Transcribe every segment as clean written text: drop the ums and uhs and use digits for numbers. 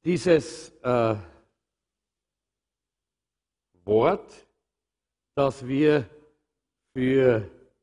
dieses Wort, das wir für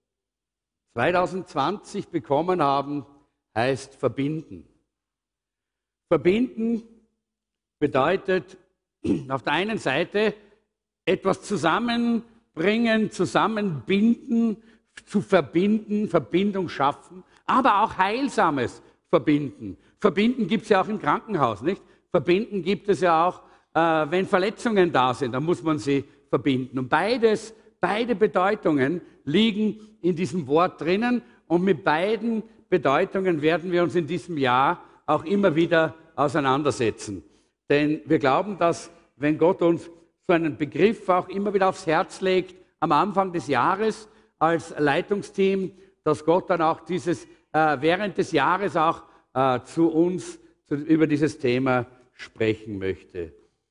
2020 bekommen haben, heißt verbinden. Verbinden bedeutet auf der einen Seite etwas zusammenbringen, zusammenbinden, zu verbinden, Verbindung schaffen, aber auch Heilsames verbinden. Verbinden gibt es ja auch im Krankenhaus, nicht? Verbinden gibt es ja auch, wenn Verletzungen da sind, dann muss man sie verbinden. Und beide Bedeutungen liegen in diesem Wort drinnen und mit beiden Bedeutungen werden wir uns in diesem Jahr auch immer wieder auseinandersetzen. Denn wir glauben, dass wenn Gott uns so einen Begriff auch immer wieder aufs Herz legt, am Anfang des Jahres als Leitungsteam, dass Gott dann auch während des Jahres auch zu uns über dieses Thema sprechen möchte.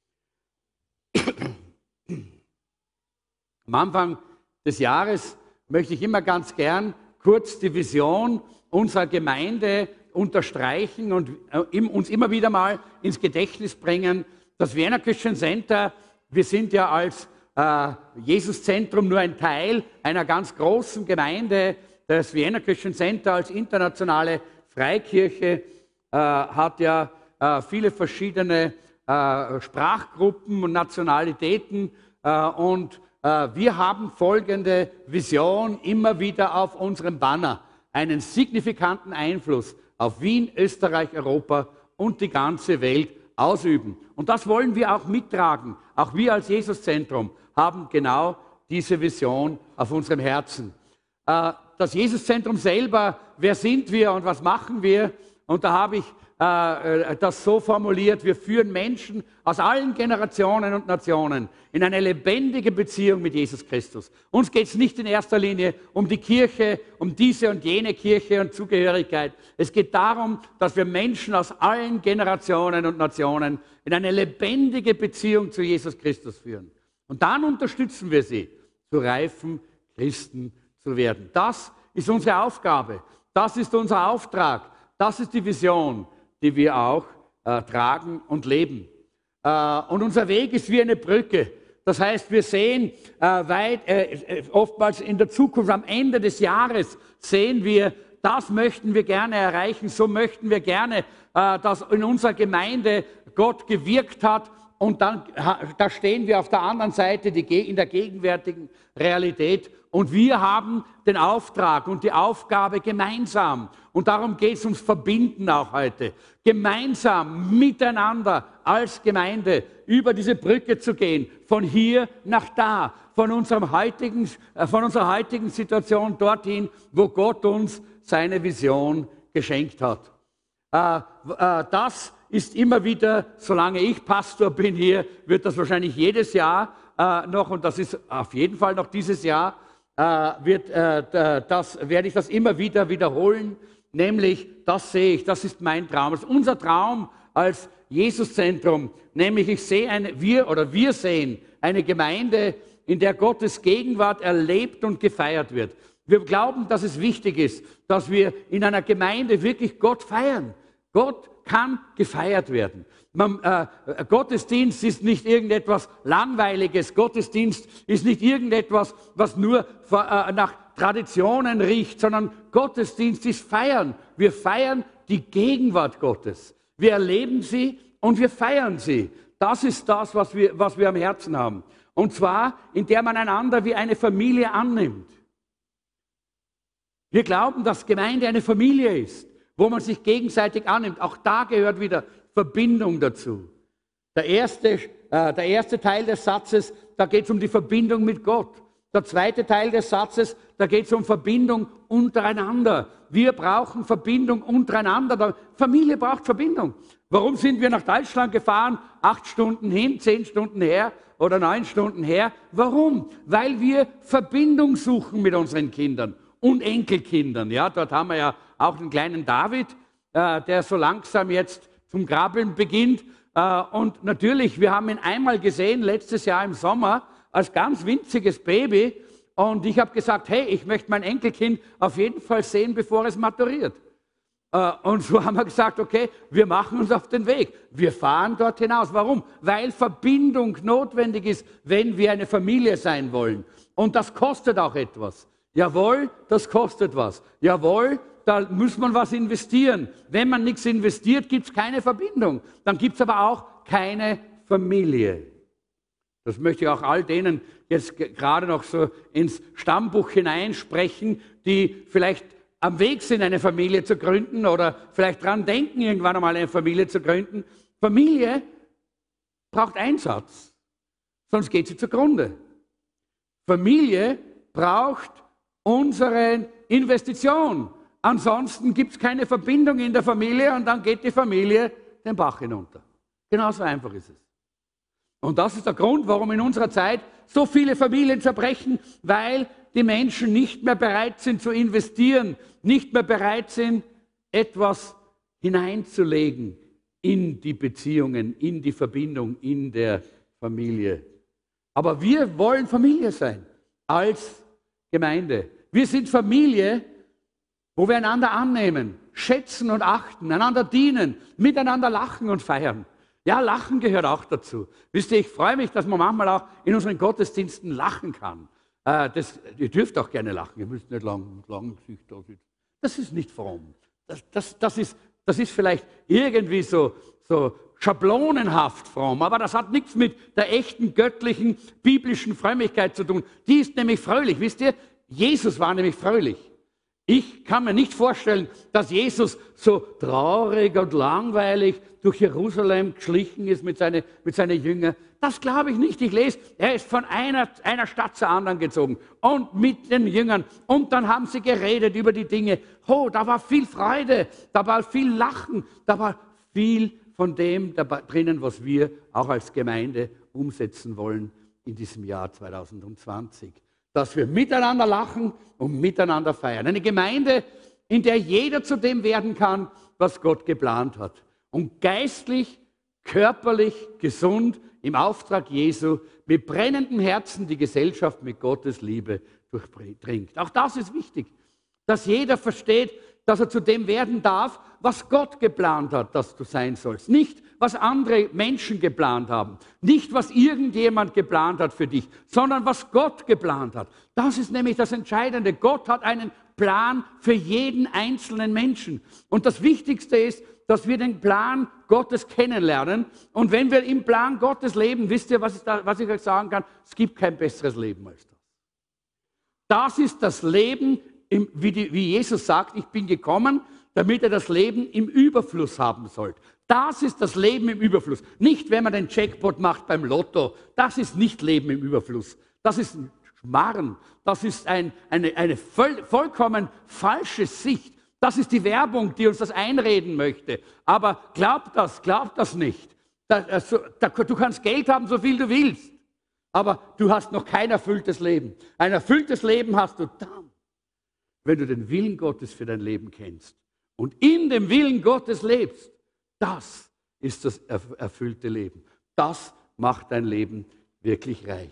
Am Anfang des Jahres möchte ich immer ganz gern kurz die Vision unserer Gemeinde unterstreichen und uns immer wieder mal ins Gedächtnis bringen. Das Vienna Christian Center, wir sind ja als Jesuszentrum nur ein Teil einer ganz großen Gemeinde. Das Vienna Christian Center als internationale Freikirche hat ja viele verschiedene Sprachgruppen und Nationalitäten und wir haben folgende Vision immer wieder auf unserem Banner: einen signifikanten Einfluss auf Wien, Österreich, Europa und die ganze Welt ausüben. Und das wollen wir auch mittragen. Auch wir als Jesuszentrum haben genau diese Vision auf unserem Herzen. Das Jesuszentrum selber, wer sind wir und was machen wir? Und da habe ich das so formuliert: Wir führen Menschen aus allen Generationen und Nationen in eine lebendige Beziehung mit Jesus Christus. Uns geht es nicht in erster Linie um die Kirche, um diese und jene Kirche und Zugehörigkeit. Es geht darum, dass wir Menschen aus allen Generationen und Nationen in eine lebendige Beziehung zu Jesus Christus führen. Und dann unterstützen wir sie, zu reifen Christen zu werden. Das ist unsere Aufgabe, das ist unser Auftrag, das ist die Vision, die wir auch tragen und leben. Und unser Weg ist wie eine Brücke. Das heißt, wir sehen oftmals in der Zukunft, am Ende des Jahres, sehen wir, das möchten wir gerne erreichen, so möchten wir gerne, dass in unserer Gemeinde Gott gewirkt hat. Und dann da stehen wir auf der anderen Seite in der gegenwärtigen Realität. Und wir haben den Auftrag und die Aufgabe gemeinsam. Und darum geht es ums Verbinden auch heute. Gemeinsam, miteinander als Gemeinde über diese Brücke zu gehen. Von hier nach da. Von unserer heutigen Situation dorthin, wo Gott uns seine Vision geschenkt hat. Das ist immer wieder, solange ich Pastor bin hier, wird das wahrscheinlich jedes Jahr noch, und das ist auf jeden Fall noch dieses Jahr, werde ich das immer wieder wiederholen, nämlich, das sehe ich, das ist mein Traum. Das ist unser Traum als Jesuszentrum, nämlich wir sehen eine Gemeinde, in der Gottes Gegenwart erlebt und gefeiert wird. Wir glauben, dass es wichtig ist, dass wir in einer Gemeinde wirklich Gott feiern. Gott kann gefeiert werden. Gottesdienst ist nicht irgendetwas Langweiliges. Gottesdienst ist nicht irgendetwas, was nur nach Traditionen riecht, sondern Gottesdienst ist Feiern. Wir feiern die Gegenwart Gottes. Wir erleben sie und wir feiern sie. Das ist das, was wir am Herzen haben. Und zwar, indem man einander wie eine Familie annimmt. Wir glauben, dass Gemeinde eine Familie ist, wo man sich gegenseitig annimmt. Auch da gehört wieder Verbindung dazu. Der erste Teil des Satzes, da geht es um die Verbindung mit Gott. Der zweite Teil des Satzes, da geht es um Verbindung untereinander. Wir brauchen Verbindung untereinander. Die Familie braucht Verbindung. Warum sind wir nach Deutschland gefahren? 8 Stunden hin, 10 Stunden her oder 9 Stunden her. Warum? Weil wir Verbindung suchen mit unseren Kindern und Enkelkindern. Ja, dort haben wir ja auch den kleinen David, der so langsam jetzt zum Krabbeln beginnt. Und natürlich, wir haben ihn einmal gesehen, letztes Jahr im Sommer, als ganz winziges Baby. Und ich habe gesagt, hey, ich möchte mein Enkelkind auf jeden Fall sehen, bevor es maturiert. Und so haben wir gesagt, okay, wir machen uns auf den Weg. Wir fahren dort hinaus. Warum? Weil Verbindung notwendig ist, wenn wir eine Familie sein wollen. Und das kostet auch etwas. Jawohl, das kostet was. Jawohl, da muss man was investieren. Wenn man nichts investiert, gibt es keine Verbindung. Dann gibt es aber auch keine Familie. Das möchte ich auch all denen jetzt gerade noch so ins Stammbuch hineinsprechen, die vielleicht am Weg sind, eine Familie zu gründen oder vielleicht dran denken, irgendwann einmal eine Familie zu gründen. Familie braucht Einsatz, sonst geht sie zugrunde. Familie braucht unsere Investition. Ansonsten gibt es keine Verbindung in der Familie und dann geht die Familie den Bach hinunter. Genauso einfach ist es. Und das ist der Grund, warum in unserer Zeit so viele Familien zerbrechen, weil die Menschen nicht mehr bereit sind zu investieren, nicht mehr bereit sind, etwas hineinzulegen in die Beziehungen, in die Verbindung, in der Familie. Aber wir wollen Familie sein, als Gemeinde. Wir sind Familie, wo wir einander annehmen, schätzen und achten, einander dienen, miteinander lachen und feiern. Ja, Lachen gehört auch dazu. Wisst ihr, ich freue mich, dass man manchmal auch in unseren Gottesdiensten lachen kann. Ihr dürft auch gerne lachen, ihr müsst nicht lang sich da sitzen. Das ist nicht fromm. Das ist vielleicht irgendwie so schablonenhaft fromm, aber das hat nichts mit der echten göttlichen, biblischen Frömmigkeit zu tun. Die ist nämlich fröhlich. Wisst ihr, Jesus war nämlich fröhlich. Ich kann mir nicht vorstellen, dass Jesus so traurig und langweilig durch Jerusalem geschlichen ist mit seinen Jüngern. Das glaube ich nicht. Ich lese, er ist von einer Stadt zur anderen gezogen und mit den Jüngern. Und dann haben sie geredet über die Dinge. Oh, da war viel Freude, da war viel Lachen, da war viel von dem drinnen, was wir auch als Gemeinde umsetzen wollen in diesem Jahr 2020. Dass wir miteinander lachen und miteinander feiern. Eine Gemeinde, in der jeder zu dem werden kann, was Gott geplant hat. Und geistlich, körperlich, gesund, im Auftrag Jesu, mit brennendem Herzen die Gesellschaft mit Gottes Liebe durchdringt. Auch das ist wichtig, dass jeder versteht, dass er zu dem werden darf, was Gott geplant hat, dass du sein sollst. Nicht, was andere Menschen geplant haben. Nicht, was irgendjemand geplant hat für dich, sondern was Gott geplant hat. Das ist nämlich das Entscheidende. Gott hat einen Plan für jeden einzelnen Menschen. Und das Wichtigste ist, dass wir den Plan Gottes kennenlernen. Und wenn wir im Plan Gottes leben, wisst ihr, was ich euch sagen kann? Es gibt kein besseres Leben als das. Das ist das Leben, wie Jesus sagt, ich bin gekommen, damit ihr das Leben im Überfluss haben sollt. Das ist das Leben im Überfluss. Nicht, wenn man den Jackpot macht beim Lotto. Das ist nicht Leben im Überfluss. Das ist ein Schmarrn. Das ist eine vollkommen falsche Sicht. Das ist die Werbung, die uns das einreden möchte. Aber glaubt das nicht. Du kannst Geld haben, so viel du willst. Aber du hast noch kein erfülltes Leben. Ein erfülltes Leben hast du dann, wenn du den Willen Gottes für dein Leben kennst und in dem Willen Gottes lebst. Das ist das erfüllte Leben. Das macht dein Leben wirklich reich.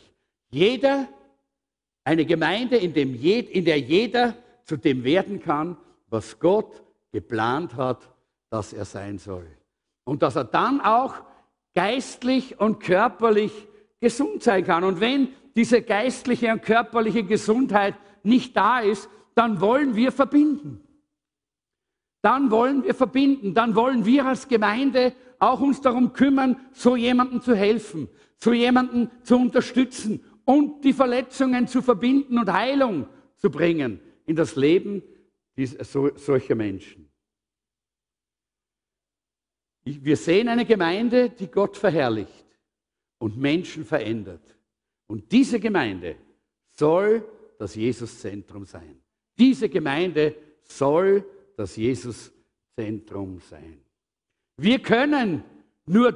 Eine Gemeinde, in der jeder zu dem werden kann, was Gott geplant hat, dass er sein soll. Und dass er dann auch geistlich und körperlich gesund sein kann. Und wenn diese geistliche und körperliche Gesundheit nicht da ist, dann wollen wir verbinden. Dann wollen wir als Gemeinde auch uns darum kümmern, so jemandem zu helfen, so jemanden zu unterstützen und die Verletzungen zu verbinden und Heilung zu bringen in das Leben solcher Menschen. Wir sehen eine Gemeinde, die Gott verherrlicht und Menschen verändert. Und diese Gemeinde soll das Jesuszentrum sein. Diese Gemeinde soll das Jesuszentrum sein. Wir können nur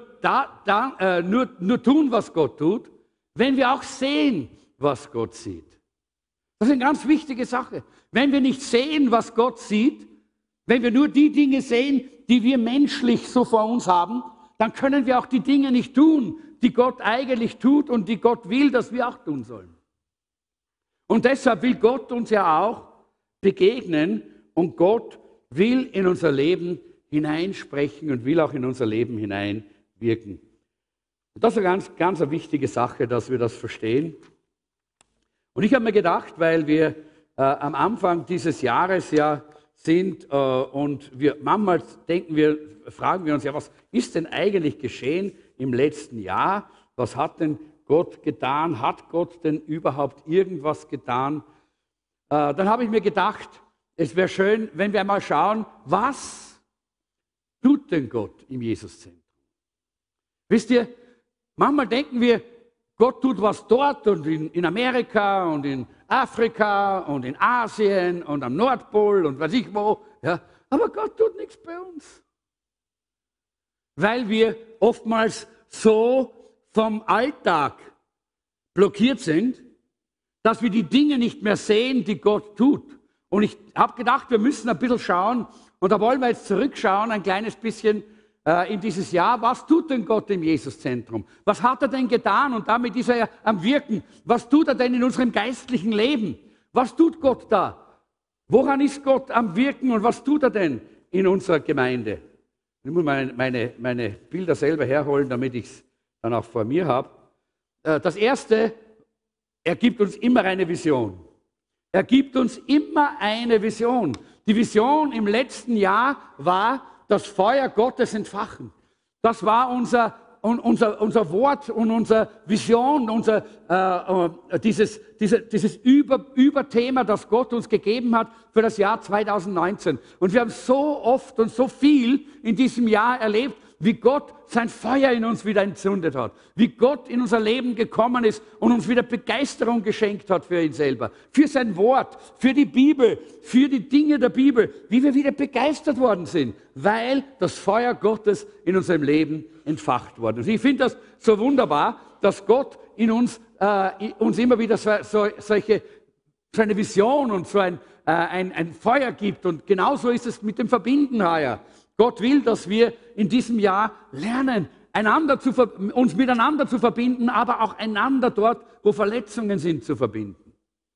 tun, was Gott tut, wenn wir auch sehen, was Gott sieht. Das ist eine ganz wichtige Sache. Wenn wir nicht sehen, was Gott sieht, wenn wir nur die Dinge sehen, die wir menschlich so vor uns haben, dann können wir auch die Dinge nicht tun, die Gott eigentlich tut und die Gott will, dass wir auch tun sollen. Und deshalb will Gott uns ja auch begegnen und Gott will in unser Leben hineinsprechen und will auch in unser Leben hineinwirken. Und das ist eine ganz eine wichtige Sache, dass wir das verstehen. Und ich habe mir gedacht, weil wir am Anfang dieses Jahres ja sind und manchmal fragen wir uns ja, was ist denn eigentlich geschehen im letzten Jahr? Was hat denn Gott getan? Hat Gott denn überhaupt irgendwas getan? Dann habe ich mir gedacht, es wäre schön, wenn wir einmal schauen, was tut denn Gott im Jesuszentrum? Wisst ihr, manchmal denken wir, Gott tut was dort und in Amerika und in Afrika und in Asien und am Nordpol und weiß ich wo. Ja. Aber Gott tut nichts bei uns. Weil wir oftmals so vom Alltag blockiert sind, dass wir die Dinge nicht mehr sehen, die Gott tut. Und ich habe gedacht, wir müssen ein bisschen schauen, und da wollen wir jetzt zurückschauen, ein kleines bisschen in dieses Jahr. Was tut denn Gott im Jesuszentrum? Was hat er denn getan? Und damit ist er ja am Wirken. Was tut er denn in unserem geistlichen Leben? Was tut Gott da? Woran ist Gott am Wirken und was tut er denn in unserer Gemeinde? Ich muss meine Bilder selber herholen, damit ich es dann auch vor mir habe. Das Erste, er gibt uns immer eine Vision. Er gibt uns immer eine Vision. Die Vision im letzten Jahr war, das Feuer Gottes entfachen. Das war unser Wort und unsere Vision, dieses Überthema, das Gott uns gegeben hat für das Jahr 2019. Und wir haben so oft und so viel in diesem Jahr erlebt, wie Gott sein Feuer in uns wieder entzündet hat, wie Gott in unser Leben gekommen ist und uns wieder Begeisterung geschenkt hat für ihn selber, für sein Wort, für die Bibel, für die Dinge der Bibel, wie wir wieder begeistert worden sind, weil das Feuer Gottes in unserem Leben entfacht worden ist. Ich finde das so wunderbar, dass Gott in uns immer wieder so eine Vision und so ein Feuer gibt. Und genauso ist es mit dem Verbinden heuer. Gott will, dass wir in diesem Jahr lernen, uns miteinander zu verbinden, aber auch einander dort, wo Verletzungen sind, zu verbinden.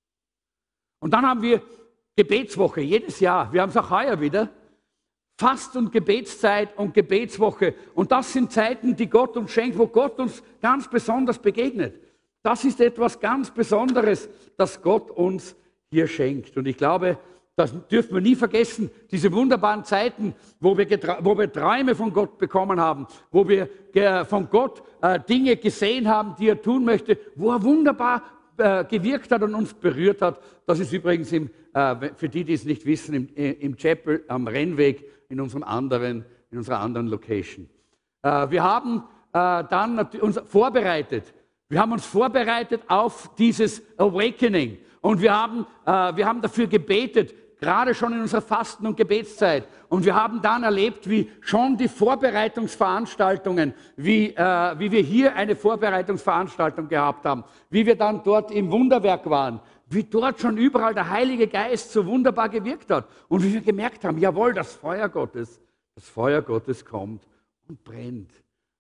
Und dann haben wir Gebetswoche jedes Jahr. Wir haben es auch heuer wieder. Fast- und Gebetszeit und Gebetswoche. Und das sind Zeiten, die Gott uns schenkt, wo Gott uns ganz besonders begegnet. Das ist etwas ganz Besonderes, das Gott uns hier schenkt. Und ich glaube, das dürfen wir nie vergessen, diese wunderbaren Zeiten, wo wir Träume von Gott bekommen haben, wo wir von Gott Dinge gesehen haben, die er tun möchte, wo er wunderbar gewirkt hat und uns berührt hat. Das ist übrigens, für die es nicht wissen, im Chapel am Rennweg in unserer anderen Location. Wir haben dann uns vorbereitet. Wir haben uns vorbereitet auf dieses Awakening. Und wir haben dafür gebetet, gerade schon in unserer Fasten- und Gebetszeit. Und wir haben dann erlebt, wie schon die Vorbereitungsveranstaltungen, wie wir hier eine Vorbereitungsveranstaltung gehabt haben, wie wir dann dort im Wunderwerk waren, wie dort schon überall der Heilige Geist so wunderbar gewirkt hat. Und wie wir gemerkt haben, jawohl, das Feuer Gottes kommt und brennt.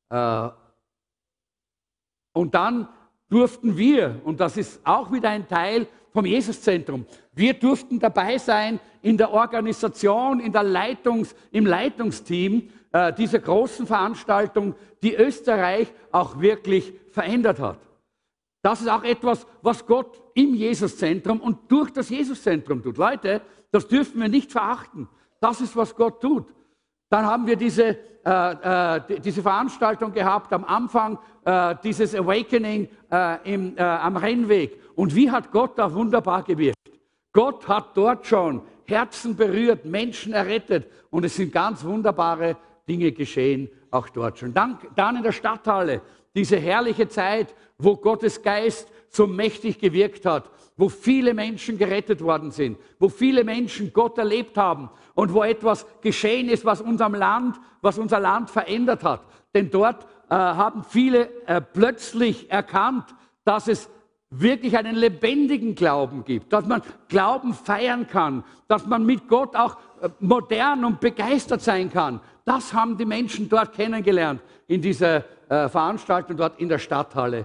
Und dann durften wir, und das ist auch wieder ein Teil vom Jesuszentrum, wir durften dabei sein in der Organisation, im Leitungsteam dieser großen Veranstaltung, die Österreich auch wirklich verändert hat. Das ist auch etwas, was Gott im Jesuszentrum und durch das Jesuszentrum tut. Leute, das dürfen wir nicht verachten. Das ist, was Gott tut. Dann haben wir diese Veranstaltung gehabt, am Anfang dieses Awakening am Rennweg. Und wie hat Gott da wunderbar gewirkt? Gott hat dort schon Herzen berührt, Menschen errettet und es sind ganz wunderbare Dinge geschehen, auch dort schon. Dann in der Stadthalle, diese herrliche Zeit, wo Gottes Geist so mächtig gewirkt hat, wo viele Menschen gerettet worden sind, wo viele Menschen Gott erlebt haben und wo etwas geschehen ist, was unser Land verändert hat. Denn dort haben viele plötzlich erkannt, dass es wirklich einen lebendigen Glauben gibt, dass man Glauben feiern kann, dass man mit Gott auch modern und begeistert sein kann. Das haben die Menschen dort kennengelernt in dieser Veranstaltung dort in der Stadthalle.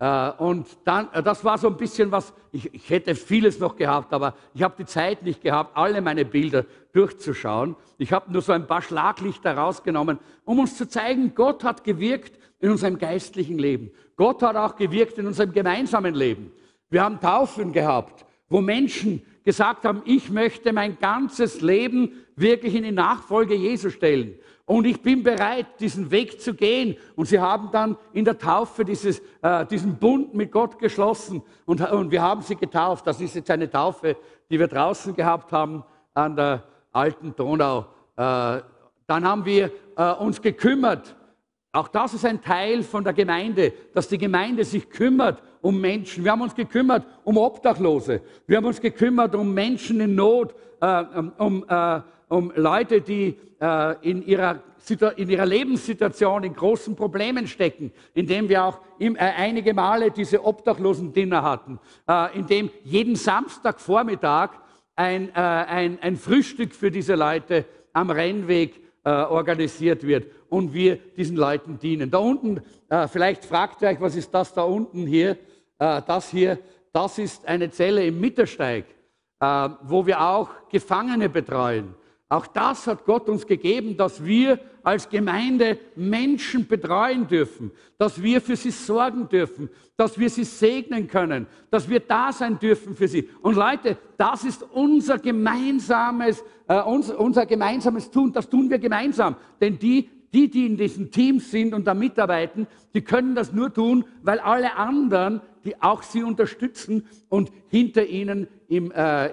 Und dann, das war so ein bisschen was, ich hätte vieles noch gehabt, aber ich habe die Zeit nicht gehabt, alle meine Bilder durchzuschauen. Ich habe nur so ein paar Schlaglichter rausgenommen, um uns zu zeigen, Gott hat gewirkt in unserem geistlichen Leben. Gott hat auch gewirkt in unserem gemeinsamen Leben. Wir haben Taufen gehabt, wo Menschen gesagt haben, ich möchte mein ganzes Leben wirklich in die Nachfolge Jesu stellen. Und ich bin bereit, diesen Weg zu gehen. Und sie haben dann in der Taufe diesen Bund mit Gott geschlossen. Und wir haben sie getauft. Das ist jetzt eine Taufe, die wir draußen gehabt haben an der alten Donau. Dann haben wir uns gekümmert. Auch das ist ein Teil von der Gemeinde, dass die Gemeinde sich kümmert um Menschen. Wir haben uns gekümmert um Obdachlose. Wir haben uns gekümmert um Menschen in Not, um Leute, die in ihrer Lebenssituation in großen Problemen stecken, indem wir auch einige Male diese Obdachlosen-Dinner hatten, indem jeden Samstagvormittag ein Frühstück für diese Leute am Rennweg organisiert wird und wir diesen Leuten dienen. Da unten, vielleicht fragt ihr euch, was ist das da unten hier? Das ist eine Zelle im Mittersteig, wo wir auch Gefangene betreuen. Auch das hat Gott uns gegeben, dass wir als Gemeinde Menschen betreuen dürfen, dass wir für sie sorgen dürfen, dass wir sie segnen können, dass wir da sein dürfen für sie. Und Leute, das ist unser gemeinsames Tun, das tun wir gemeinsam. Denn die in diesen Teams sind und da mitarbeiten, die können das nur tun, weil alle anderen, die auch sie unterstützen und hinter ihnen im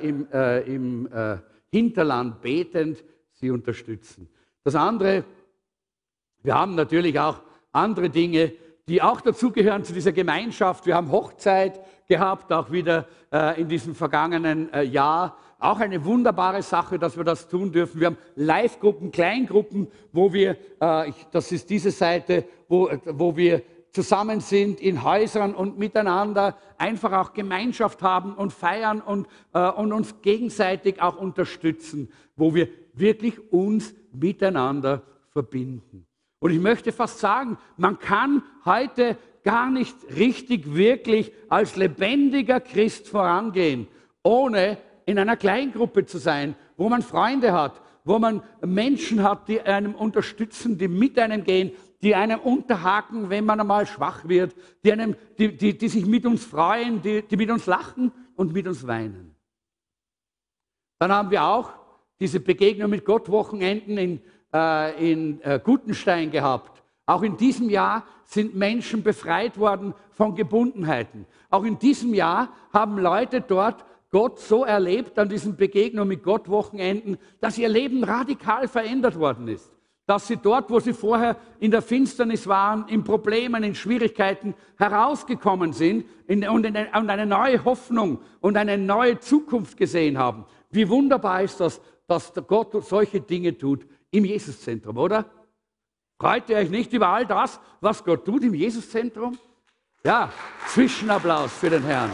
Hinterland betend sie unterstützen. Das andere, wir haben natürlich auch andere Dinge, die auch dazugehören zu dieser Gemeinschaft. Wir haben Hochzeit gehabt, auch wieder in diesem vergangenen Jahr. Auch eine wunderbare Sache, dass wir das tun dürfen. Wir haben Live-Gruppen, Kleingruppen, wo wir, das ist diese Seite, wo wir zusammen sind in Häusern und miteinander einfach auch Gemeinschaft haben und feiern und uns gegenseitig auch unterstützen, wo wir wirklich uns miteinander verbinden. Und ich möchte fast sagen, man kann heute gar nicht richtig wirklich als lebendiger Christ vorangehen, ohne in einer Kleingruppe zu sein, wo man Freunde hat, wo man Menschen hat, die einem unterstützen, die mit einem gehen, die einem unterhaken, wenn man einmal schwach wird, die sich mit uns freuen, die mit uns lachen und mit uns weinen. Dann haben wir auch diese Begegnung mit Gott-Wochenenden in Gutenstein gehabt. Auch in diesem Jahr sind Menschen befreit worden von Gebundenheiten. Auch in diesem Jahr haben Leute dort Gott so erlebt an diesen Begegnungen mit Gott-Wochenenden, dass ihr Leben radikal verändert worden ist. Dass sie dort, wo sie vorher in der Finsternis waren, in Problemen, in Schwierigkeiten herausgekommen sind und eine neue Hoffnung und eine neue Zukunft gesehen haben. Wie wunderbar ist das, dass Gott solche Dinge tut im Jesuszentrum, oder? Freut ihr euch nicht über all das, was Gott tut im Jesuszentrum? Ja, Zwischenapplaus für den Herrn.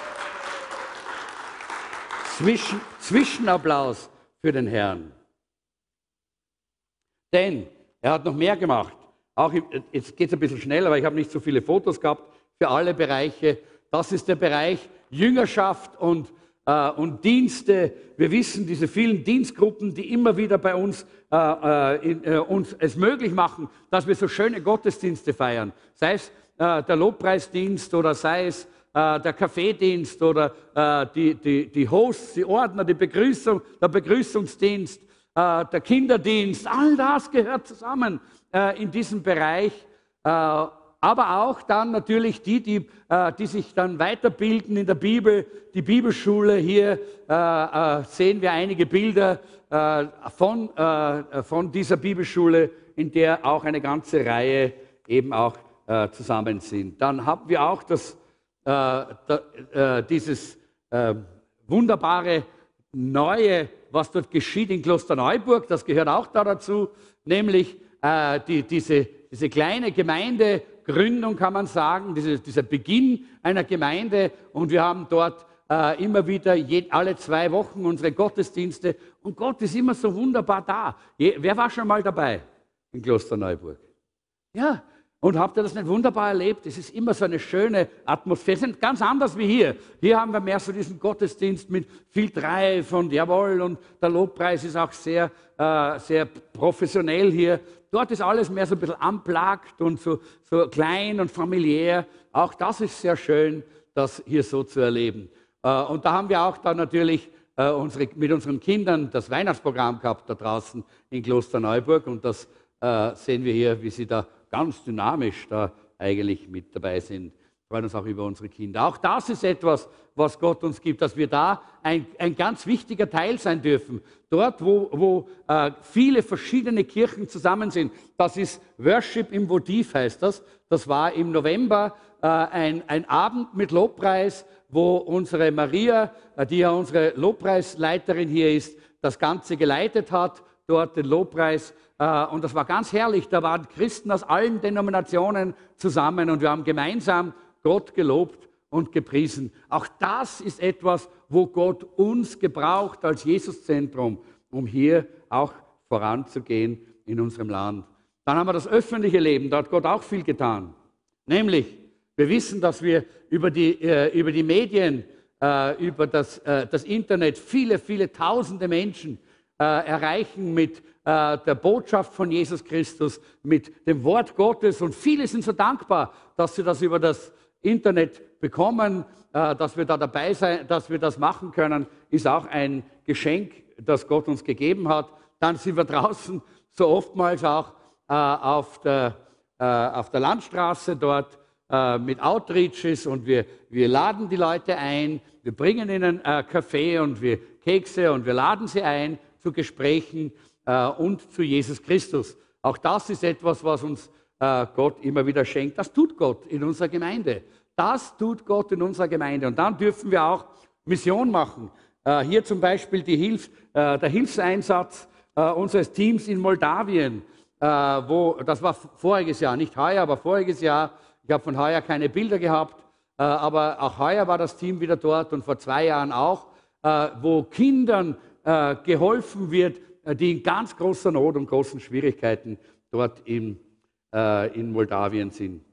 Zwischenapplaus für den Herrn. Denn er hat noch mehr gemacht. Jetzt geht es ein bisschen schnell, aber ich habe nicht so viele Fotos gehabt für alle Bereiche. Das ist der Bereich Jüngerschaft und Dienste. Wir wissen, diese vielen Dienstgruppen, die immer wieder bei uns es möglich machen, dass wir so schöne Gottesdienste feiern. Sei es der Lobpreisdienst oder sei es der Kaffeedienst oder die Hosts, die Ordner, die Begrüßung, der Begrüßungsdienst, der Kinderdienst, all das gehört zusammen in diesem Bereich. Aber auch dann natürlich die sich dann weiterbilden in der Bibel, die Bibelschule. Hier sehen wir einige Bilder von dieser Bibelschule, in der auch eine ganze Reihe eben auch zusammen sind. Dann haben wir auch dieses wunderbare Neue, was dort geschieht in Klosterneuburg, das gehört auch da dazu, nämlich diese kleine Gemeindegründung, kann man sagen, dieser Beginn einer Gemeinde. Und wir haben dort immer wieder alle 2 Wochen unsere Gottesdienste. Und Gott ist immer so wunderbar da. Wer war schon mal dabei in Klosterneuburg? Ja, Und habt ihr das nicht wunderbar erlebt? Es ist immer so eine schöne Atmosphäre. Es ist ganz anders wie hier. Hier haben wir mehr so diesen Gottesdienst mit viel Treib und jawohl, und der Lobpreis ist auch sehr, sehr professionell hier. Dort ist alles mehr so ein bisschen unplugged und so klein und familiär. Auch das ist sehr schön, das hier so zu erleben. Und da haben wir auch dann natürlich mit unseren Kindern das Weihnachtsprogramm gehabt da draußen in Klosterneuburg. Und das sehen wir hier, wie sie da ganz dynamisch da eigentlich mit dabei sind. Wir freuen uns auch über unsere Kinder. Auch das ist etwas, was Gott uns gibt, dass wir da ein ganz wichtiger Teil sein dürfen. Dort, wo viele verschiedene Kirchen zusammen sind. Das ist Worship im Votiv, heißt das. Das war im November ein Abend mit Lobpreis, wo unsere Maria, die ja unsere Lobpreisleiterin hier ist, das Ganze geleitet hat, dort den Lobpreis. Und das war ganz herrlich. Da waren Christen aus allen Denominationen zusammen und wir haben gemeinsam Gott gelobt und gepriesen. Auch das ist etwas, wo Gott uns gebraucht als Jesuszentrum, um hier auch voranzugehen in unserem Land. Dann haben wir das öffentliche Leben. Da hat Gott auch viel getan. Nämlich, wir wissen, dass wir über die Medien, über das Internet viele, viele tausende Menschen erreichen mit der Botschaft von Jesus Christus, mit dem Wort Gottes. Und viele sind so dankbar, dass sie das über das Internet bekommen, dass wir da dabei sein, dass wir das machen können, ist auch ein Geschenk, das Gott uns gegeben hat. Dann sind wir draußen so oftmals auch auf der Landstraße dort mit Outreaches und wir laden die Leute ein, wir bringen ihnen Kaffee und Kekse und wir laden sie ein zu Gesprächen und zu Jesus Christus. Auch das ist etwas, was uns Gott immer wieder schenkt. Das tut Gott in unserer Gemeinde. Das tut Gott in unserer Gemeinde. Und dann dürfen wir auch Mission machen. Hier zum Beispiel der Hilfseinsatz unseres Teams in Moldawien. Das war voriges Jahr, nicht heuer, aber voriges Jahr. Ich habe von heuer keine Bilder gehabt, aber auch heuer war das Team wieder dort und vor 2 Jahren auch, wo Kindern geholfen wird, die in ganz großer Not und großen Schwierigkeiten dort in Moldawien sind.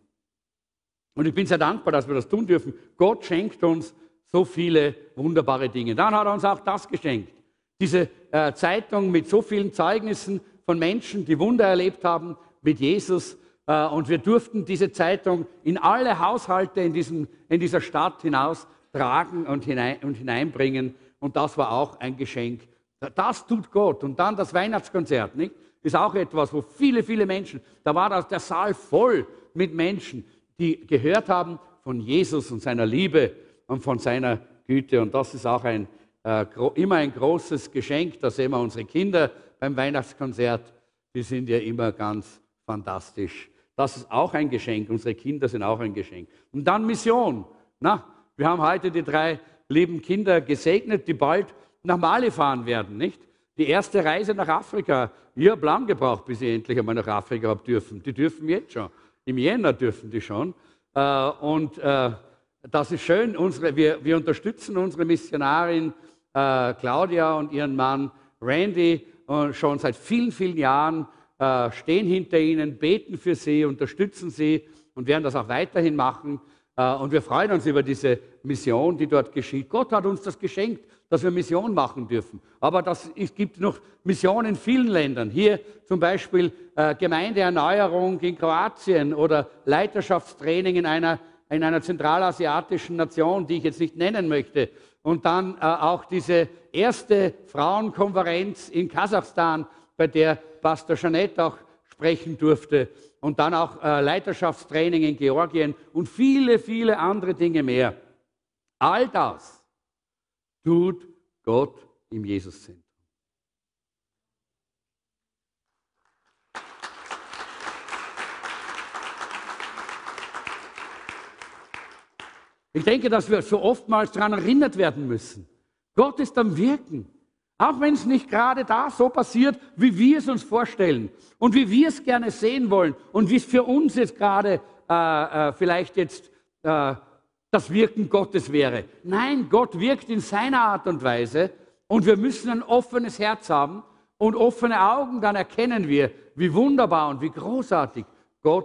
Und ich bin sehr dankbar, dass wir das tun dürfen. Gott schenkt uns so viele wunderbare Dinge. Dann hat er uns auch das geschenkt. Diese Zeitung mit so vielen Zeugnissen von Menschen, die Wunder erlebt haben mit Jesus. Und wir durften diese Zeitung in alle Haushalte in dieser Stadt hinaus tragen und hineinbringen. Und das war auch ein Geschenk. Das tut Gott. Und dann das Weihnachtskonzert, nicht? Ist auch etwas, wo viele, viele Menschen, da war der Saal voll mit Menschen, die gehört haben von Jesus und seiner Liebe und von seiner Güte. Und das ist auch immer ein großes Geschenk. Da sehen wir unsere Kinder beim Weihnachtskonzert. Die sind ja immer ganz fantastisch. Das ist auch ein Geschenk. Unsere Kinder sind auch ein Geschenk. Und dann Mission. Wir haben heute die 3 lieben Kinder gesegnet, die bald nach Mali fahren werden, nicht? Die erste Reise nach Afrika. Ich habe lang gebraucht, bis ich endlich einmal nach Afrika habe dürfen. Die dürfen jetzt schon. Im Jänner dürfen die schon. Und das ist schön. Wir unterstützen unsere Missionarin Claudia und ihren Mann Randy schon seit vielen, vielen Jahren, stehen hinter ihnen, beten für sie, unterstützen sie und werden das auch weiterhin machen. Und wir freuen uns über diese Mission, die dort geschieht. Gott hat uns das geschenkt, dass wir Mission machen dürfen. Aber es gibt noch Mission in vielen Ländern. Hier zum Beispiel Gemeindeerneuerung in Kroatien oder Leiterschaftstraining in einer zentralasiatischen Nation, die ich jetzt nicht nennen möchte. Und dann auch diese erste Frauenkonferenz in Kasachstan, bei der Pastor Jeanette auch sprechen durfte. Und dann auch Leiterschaftstraining in Georgien und viele, viele andere Dinge mehr. All das tut Gott im Jesuszentrum. Ich denke, dass wir so oftmals daran erinnert werden müssen. Gott ist am Wirken. Auch wenn es nicht gerade da so passiert, wie wir es uns vorstellen und wie wir es gerne sehen wollen und wie es für uns jetzt gerade vielleicht jetzt das Wirken Gottes wäre. Nein, Gott wirkt in seiner Art und Weise und wir müssen ein offenes Herz haben und offene Augen, dann erkennen wir, wie wunderbar und wie großartig Gott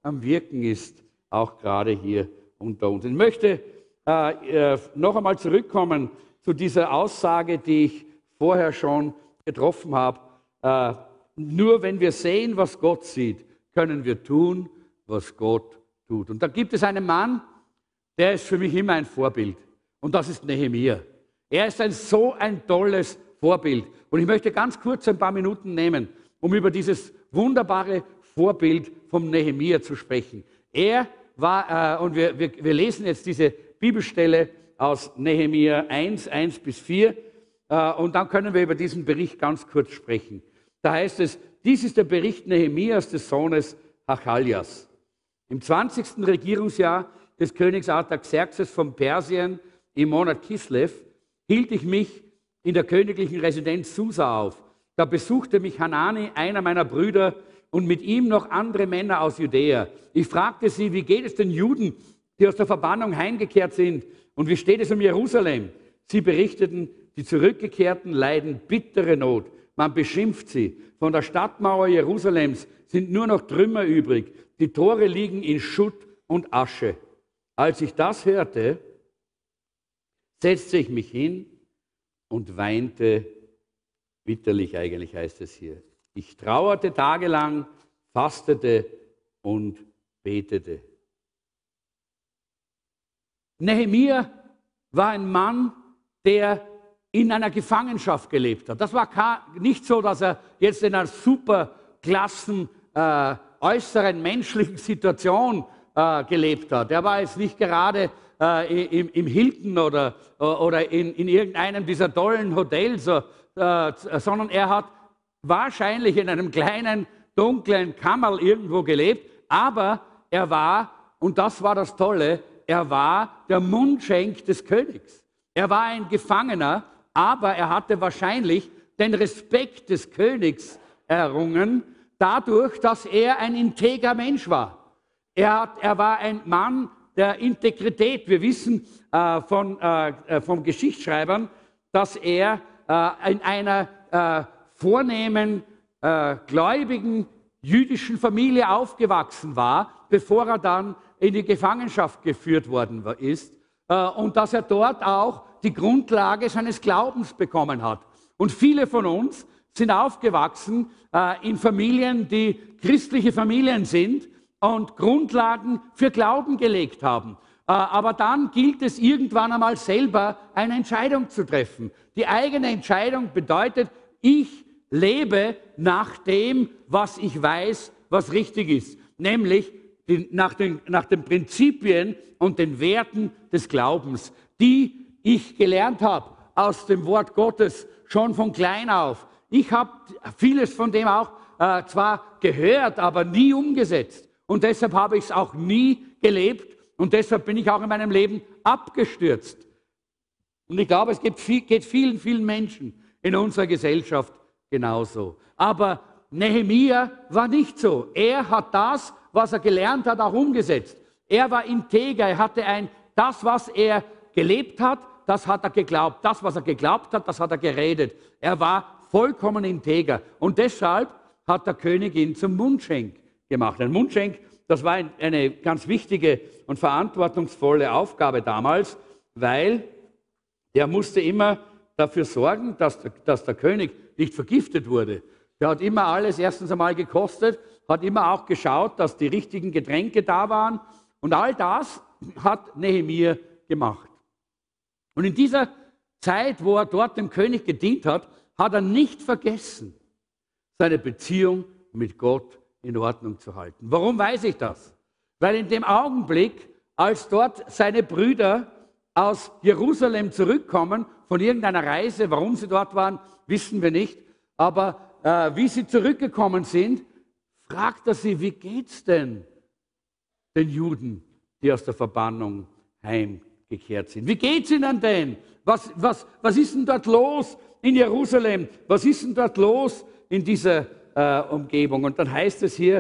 am Wirken ist, auch gerade hier unter uns. Ich möchte noch einmal zurückkommen zu dieser Aussage, die ich vorher schon getroffen habe. Nur wenn wir sehen, was Gott sieht, können wir tun, was Gott tut. Und da gibt es einen Mann, der ist für mich immer ein Vorbild. Und das ist Nehemia. Er ist so ein tolles Vorbild. Und ich möchte ganz kurz ein paar Minuten nehmen, um über dieses wunderbare Vorbild vom Nehemia zu sprechen. Er war, und wir lesen jetzt diese Bibelstelle aus Nehemia 1, 1-4, und dann können wir über diesen Bericht ganz kurz sprechen. Da heißt es, dies ist der Bericht Nehemias des Sohnes Hachaljas. Im 20. Regierungsjahr des Königs Artaxerxes von Persien im Monat Kislev hielt ich mich in der königlichen Residenz Susa auf. Da besuchte mich Hanani, einer meiner Brüder, und mit ihm noch andere Männer aus Judäa. Ich fragte sie, wie geht es den Juden, die aus der Verbannung heimgekehrt sind, und wie steht es um Jerusalem? Sie berichteten, die Zurückgekehrten leiden bittere Not. Man beschimpft sie. Von der Stadtmauer Jerusalems sind nur noch Trümmer übrig. Die Tore liegen in Schutt und Asche. Als ich das hörte, setzte ich mich hin und weinte bitterlich, eigentlich heißt es hier. Ich trauerte tagelang, fastete und betete. Nehemia war ein Mann, der in einer Gefangenschaft gelebt hat. Das war nicht so, dass er jetzt in einer superklassen, äußeren menschlichen Situation gelebt hat. Er war jetzt nicht gerade im Hilton oder in irgendeinem dieser tollen Hotels, sondern er hat wahrscheinlich in einem kleinen, dunklen Kammerl irgendwo gelebt, aber er war, und das war das Tolle, er war der Mundschenk des Königs. Er war ein Gefangener, aber er hatte wahrscheinlich den Respekt des Königs errungen, dadurch, dass er ein integer Mensch war. Er war ein Mann der Integrität. Wir wissen von Geschichtsschreibern, dass er in einer vornehmen, gläubigen jüdischen Familie aufgewachsen war, bevor er dann in die Gefangenschaft geführt worden ist, und dass er dort auch die Grundlage seines Glaubens bekommen hat. Und viele von uns sind aufgewachsen in Familien, die christliche Familien sind und Grundlagen für Glauben gelegt haben. Aber dann gilt es irgendwann einmal selber, eine Entscheidung zu treffen. Die eigene Entscheidung bedeutet, ich lebe nach dem, was ich weiß, was richtig ist. Nämlich nach den Prinzipien und den Werten des Glaubens, die ich gelernt habe aus dem Wort Gottes, schon von klein auf. Ich habe vieles von dem auch zwar gehört, aber nie umgesetzt. Und deshalb habe ich es auch nie gelebt. Und deshalb bin ich auch in meinem Leben abgestürzt. Und ich glaube, es geht vielen, vielen Menschen in unserer Gesellschaft genauso. Aber Nehemia war nicht so. Er hat das, was er gelernt hat, auch umgesetzt. Er war integer. Er hatte das, was er gelebt hat, das hat er geglaubt. Das, was er geglaubt hat, das hat er geredet. Er war vollkommen integer. Und deshalb hat der König ihn zum Mundschenk gemacht. Ein Mundschenk, das war eine ganz wichtige und verantwortungsvolle Aufgabe damals, weil der musste immer dafür sorgen, dass der König nicht vergiftet wurde. Der hat immer alles erstens einmal gekostet, hat immer auch geschaut, dass die richtigen Getränke da waren. Und all das hat Nehemia gemacht. Und in dieser Zeit, wo er dort dem König gedient hat, hat er nicht vergessen, seine Beziehung mit Gott in Ordnung zu halten. Warum weiß ich das? Weil in dem Augenblick, als dort seine Brüder aus Jerusalem zurückkommen, von irgendeiner Reise, warum sie dort waren, wissen wir nicht, aber wie sie zurückgekommen sind, fragt er sie, wie geht's denn den Juden, die aus der Verbannung heimgekehrt sind? Wie geht's ihnen denn? Was ist denn dort los in Jerusalem? Was ist denn dort los in dieser Umgebung? Und dann heißt es hier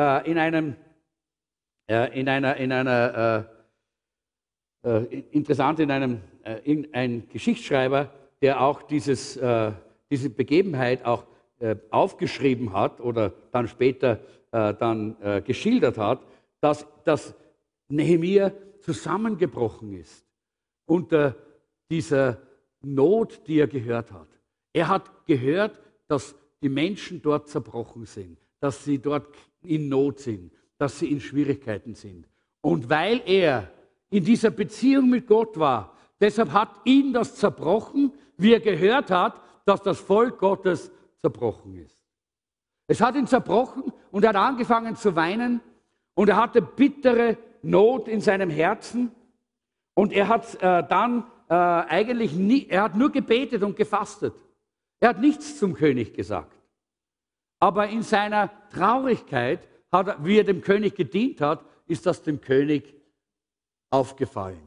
ein Geschichtsschreiber, der auch diese Begebenheit auch aufgeschrieben hat oder dann später geschildert hat, dass Nehemia zusammengebrochen ist unter dieser Not, die er gehört hat. Er hat gehört, dass die Menschen dort zerbrochen sind, dass sie dort in Not sind, dass sie in Schwierigkeiten sind. Und weil er in dieser Beziehung mit Gott war, deshalb hat ihn das zerbrochen, wie er gehört hat, dass das Volk Gottes zerbrochen ist. Es hat ihn zerbrochen und er hat angefangen zu weinen und er hatte bittere Not in seinem Herzen und er hat dann eigentlich nie, er hat nur gebetet und gefastet. Er hat nichts zum König gesagt. Aber in seiner Traurigkeit, wie er dem König gedient hat, ist das dem König aufgefallen.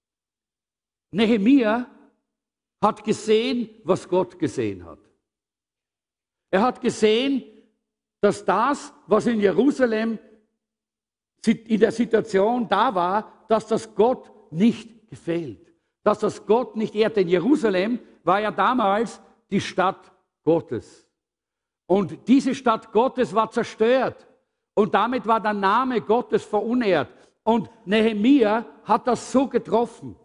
Nehemia hat gesehen, was Gott gesehen hat. Er hat gesehen, dass das, was in Jerusalem in der Situation da war, dass das Gott nicht gefällt. Dass das Gott nicht ehrt. Denn Jerusalem war ja damals die Stadt Gottes. Und diese Stadt Gottes war zerstört. Und damit war der Name Gottes verunehrt. Und Nehemia hat das so getroffen,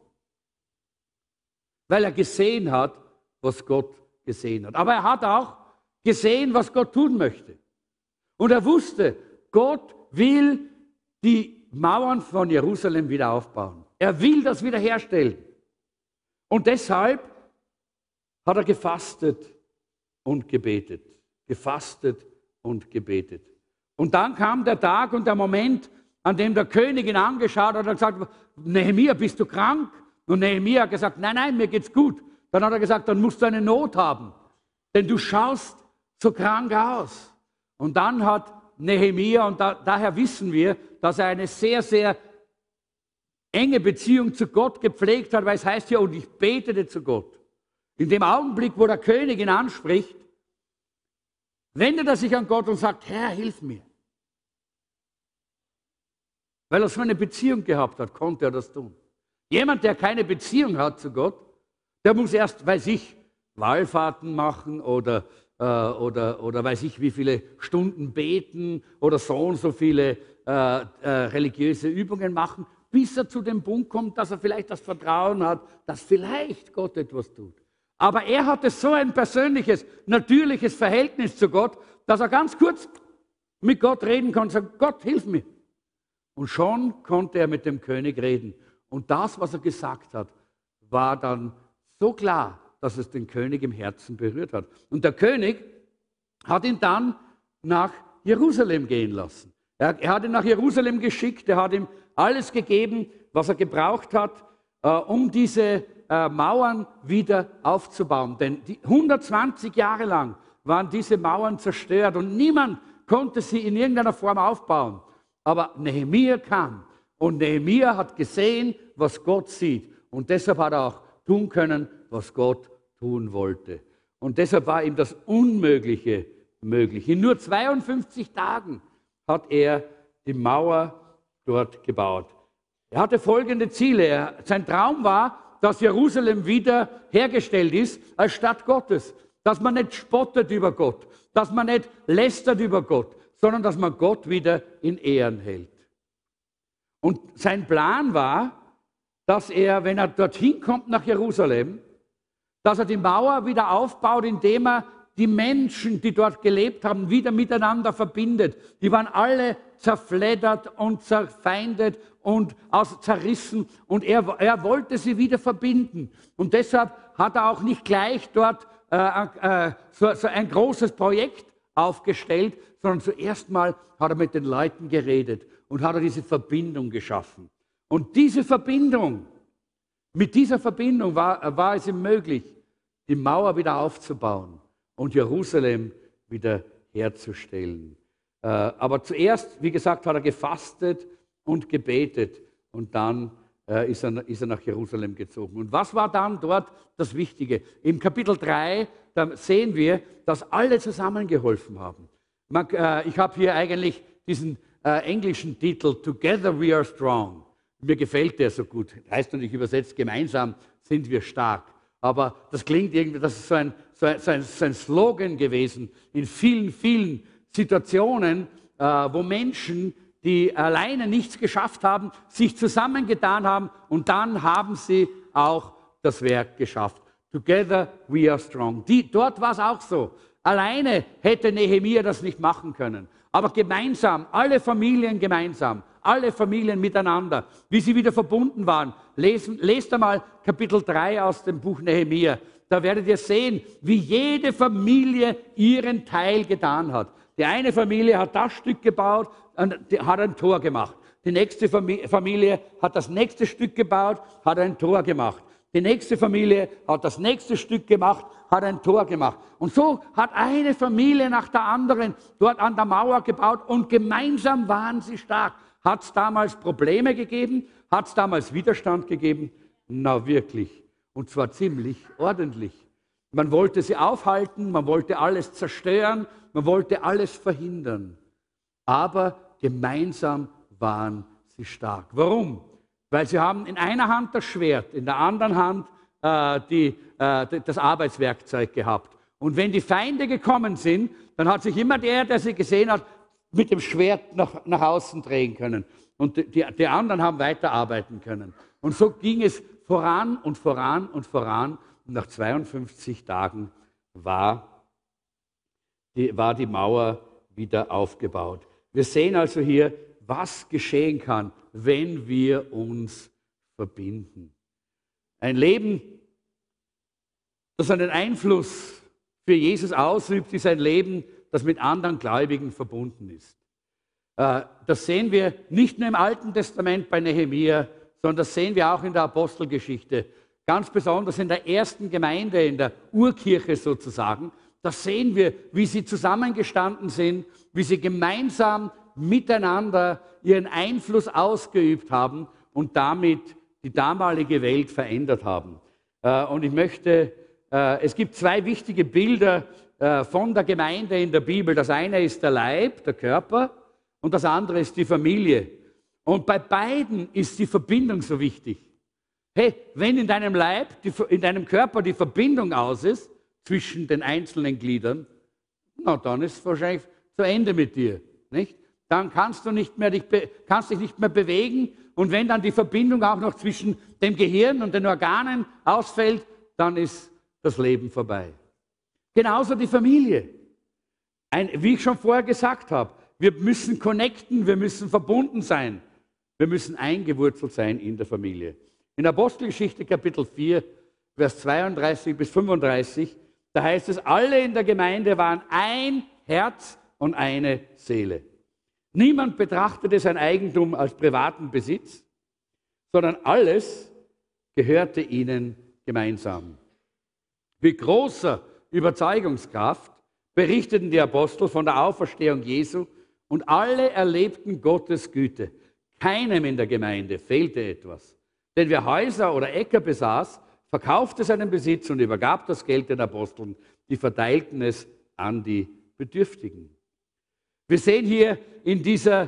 weil er gesehen hat, was Gott gesehen hat. Aber er hat auch gesehen, was Gott tun möchte. Und er wusste, Gott will die Mauern von Jerusalem wieder aufbauen. Er will das wiederherstellen. Und deshalb hat er gefastet und gebetet. Gefastet und gebetet. Und dann kam der Tag und der Moment, an dem der König ihn angeschaut hat und gesagt, Nehemia, bist du krank? Und Nehemia hat gesagt, nein, nein, mir geht's gut. Dann hat er gesagt, dann musst du eine Not haben, denn du schaust so krank aus. Und dann hat Nehemia, und daher wissen wir, dass er eine sehr, sehr enge Beziehung zu Gott gepflegt hat, weil es heißt ja, und ich betete zu Gott. In dem Augenblick, wo der König ihn anspricht, wendet er sich an Gott und sagt, Herr, hilf mir. Weil er so eine Beziehung gehabt hat, konnte er das tun. Jemand, der keine Beziehung hat zu Gott, der muss erst, weiß ich, Wallfahrten machen oder weiß ich, wie viele Stunden beten oder so und so viele religiöse Übungen machen, bis er zu dem Punkt kommt, dass er vielleicht das Vertrauen hat, dass vielleicht Gott etwas tut. Aber er hatte so ein persönliches, natürliches Verhältnis zu Gott, dass er ganz kurz mit Gott reden konnte und sagen, Gott, hilf mir. Und schon konnte er mit dem König reden. Und das, was er gesagt hat, war dann so klar, dass es den König im Herzen berührt hat. Und der König hat ihn dann nach Jerusalem gehen lassen. Er hat ihn nach Jerusalem geschickt, er hat ihm alles gegeben, was er gebraucht hat, um diese Mauern wieder aufzubauen. Denn 120 Jahre lang waren diese Mauern zerstört und niemand konnte sie in irgendeiner Form aufbauen. Aber Nehemia kam und Nehemia hat gesehen, was Gott sieht. Und deshalb hat er auch tun können, was Gott tun wollte. Und deshalb war ihm das Unmögliche möglich. In nur 52 Tagen hat er die Mauer dort gebaut. Er hatte folgende Ziele. Sein Traum war, dass Jerusalem wieder hergestellt ist als Stadt Gottes. Dass man nicht spottet über Gott, dass man nicht lästert über Gott, sondern dass man Gott wieder in Ehren hält. Und sein Plan war, dass er, wenn er dorthin kommt nach Jerusalem, dass er die Mauer wieder aufbaut, indem er die Menschen, die dort gelebt haben, wieder miteinander verbindet. Die waren alle zerfleddert und zerfeindet und zerrissen und er wollte sie wieder verbinden. Und deshalb hat er auch nicht gleich dort so ein großes Projekt aufgestellt, sondern zuerst mal hat er mit den Leuten geredet und hat er diese Verbindung geschaffen. Und diese Verbindung, mit dieser Verbindung war es ihm möglich, die Mauer wieder aufzubauen und Jerusalem wieder herzustellen. Aber zuerst, wie gesagt, hat er gefastet und gebetet und dann ist er nach Jerusalem gezogen. Und was war dann dort das Wichtige? Im Kapitel 3, da sehen wir, dass alle zusammengeholfen haben. Ich habe hier eigentlich diesen englischen Titel, Together we are strong. Mir gefällt der so gut. Heißt natürlich übersetzt, gemeinsam sind wir stark. Aber das klingt irgendwie, das ist so ein Slogan gewesen in vielen, vielen Situationen, wo Menschen die alleine nichts geschafft haben, sich zusammengetan haben und dann haben sie auch das Werk geschafft. Together we are strong. Dort war es auch so. Alleine hätte Nehemia das nicht machen können. Aber gemeinsam, alle Familien gemeinsam, alle Familien miteinander, wie sie wieder verbunden waren. Lest einmal Kapitel 3 aus dem Buch Nehemia. Da werdet ihr sehen, wie jede Familie ihren Teil getan hat. Die eine Familie hat das Stück gebaut und hat ein Tor gemacht. Die nächste Familie hat das nächste Stück gebaut, hat ein Tor gemacht. Die nächste Familie hat das nächste Stück gemacht, hat ein Tor gemacht. Und so hat eine Familie nach der anderen dort an der Mauer gebaut und gemeinsam waren sie stark. Hat es damals Probleme gegeben? Hat es damals Widerstand gegeben? Na wirklich. Und zwar ziemlich ordentlich. Man wollte sie aufhalten, man wollte alles zerstören, man wollte alles verhindern. Aber gemeinsam waren sie stark. Warum? Weil sie haben in einer Hand das Schwert, in der anderen Hand das Arbeitswerkzeug gehabt. Und wenn die Feinde gekommen sind, dann hat sich immer der sie gesehen hat, mit dem Schwert nach außen drehen können. Und die anderen haben weiterarbeiten können. Und so ging es voran und voran und voran. Und nach 52 Tagen war die Mauer wieder aufgebaut. Wir sehen also hier, was geschehen kann, wenn wir uns verbinden. Ein Leben, das einen Einfluss für Jesus ausübt, ist ein Leben, das mit anderen Gläubigen verbunden ist. Das sehen wir nicht nur im Alten Testament bei Nehemia, sondern das sehen wir auch in der Apostelgeschichte. Ganz besonders in der ersten Gemeinde, in der Urkirche sozusagen. Da sehen wir, wie sie zusammengestanden sind, wie sie gemeinsam miteinander ihren Einfluss ausgeübt haben und damit die damalige Welt verändert haben. Und ich möchte, es gibt zwei wichtige Bilder von der Gemeinde in der Bibel. Das eine ist der Leib, der Körper, und das andere ist die Familie. Und bei beiden ist die Verbindung so wichtig. Hey, wenn in deinem Leib, in deinem Körper die Verbindung aus ist zwischen den einzelnen Gliedern, na, dann ist es wahrscheinlich zu Ende mit dir, nicht? Dann kannst du dich nicht mehr bewegen. Und wenn dann die Verbindung auch noch zwischen dem Gehirn und den Organen ausfällt, dann ist das Leben vorbei. Genauso die Familie. Wie ich schon vorher gesagt habe, wir müssen connecten, wir müssen verbunden sein. Wir müssen eingewurzelt sein in der Familie. In Apostelgeschichte Kapitel 4, Vers 32 bis 35, da heißt es, alle in der Gemeinde waren ein Herz und eine Seele. Niemand betrachtete sein Eigentum als privaten Besitz, sondern alles gehörte ihnen gemeinsam. Mit großer Überzeugungskraft berichteten die Apostel von der Auferstehung Jesu und alle erlebten Gottes Güte. Keinem in der Gemeinde fehlte etwas. Denn wer Häuser oder Äcker besaß, verkaufte seinen Besitz und übergab das Geld den Aposteln. Die verteilten es an die Bedürftigen. Wir sehen hier in dieser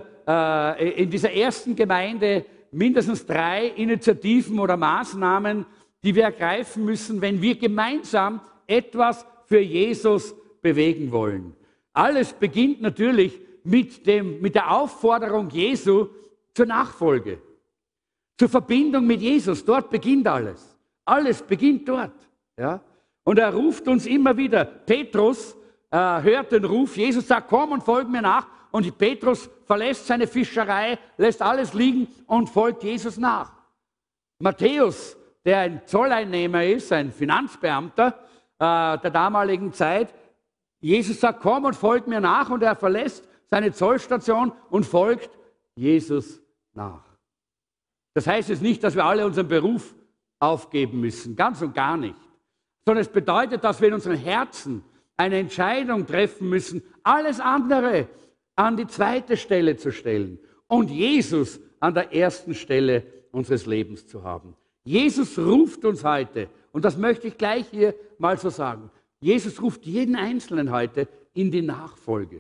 ersten Gemeinde mindestens 3 Initiativen oder Maßnahmen, die wir ergreifen müssen, wenn wir gemeinsam etwas für Jesus bewegen wollen. Alles beginnt natürlich mit der Aufforderung Jesu zur Nachfolge, zur Verbindung mit Jesus. Dort beginnt alles. Alles beginnt dort. Ja? Und er ruft uns immer wieder. Petrus hört den Ruf. Jesus sagt, komm und folg mir nach. Und Petrus verlässt seine Fischerei, lässt alles liegen und folgt Jesus nach. Matthäus, der ein Zolleinnehmer ist, ein Finanzbeamter der damaligen Zeit, Jesus sagt, komm und folg mir nach. Und er verlässt seine Zollstation und folgt Jesus nach. Das heißt jetzt nicht, dass wir alle unseren Beruf aufgeben müssen, ganz und gar nicht. Sondern es bedeutet, dass wir in unseren Herzen eine Entscheidung treffen müssen, alles andere an die zweite Stelle zu stellen und Jesus an der ersten Stelle unseres Lebens zu haben. Jesus ruft uns heute, und das möchte ich gleich hier mal so sagen, Jesus ruft jeden Einzelnen heute in die Nachfolge.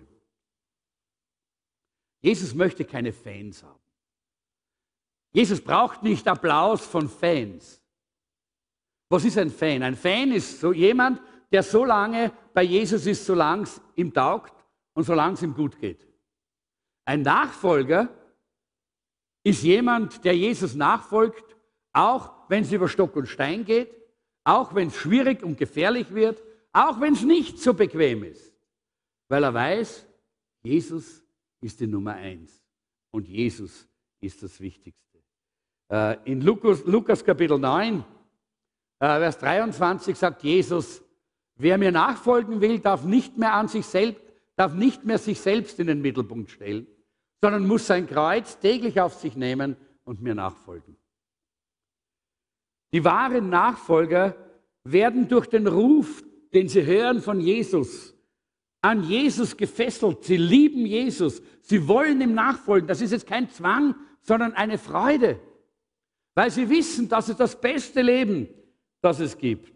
Jesus möchte keine Fans haben. Jesus braucht nicht Applaus von Fans. Was ist ein Fan? Ein Fan ist so jemand, der so lange bei Jesus ist, solange es ihm taugt und solange es ihm gut geht. Ein Nachfolger ist jemand, der Jesus nachfolgt, auch wenn es über Stock und Stein geht, auch wenn es schwierig und gefährlich wird, auch wenn es nicht so bequem ist, weil er weiß, Jesus ist die Nummer 1 und Jesus ist das Wichtigste. In Lukas Kapitel 9, Vers 23 sagt Jesus, wer mir nachfolgen will, darf nicht mehr sich selbst in den Mittelpunkt stellen, sondern muss sein Kreuz täglich auf sich nehmen und mir nachfolgen. Die wahren Nachfolger werden durch den Ruf, den sie hören von Jesus, an Jesus gefesselt. Sie lieben Jesus. Sie wollen ihm nachfolgen. Das ist jetzt kein Zwang, sondern eine Freude, weil sie wissen, das ist das beste Leben, das es gibt.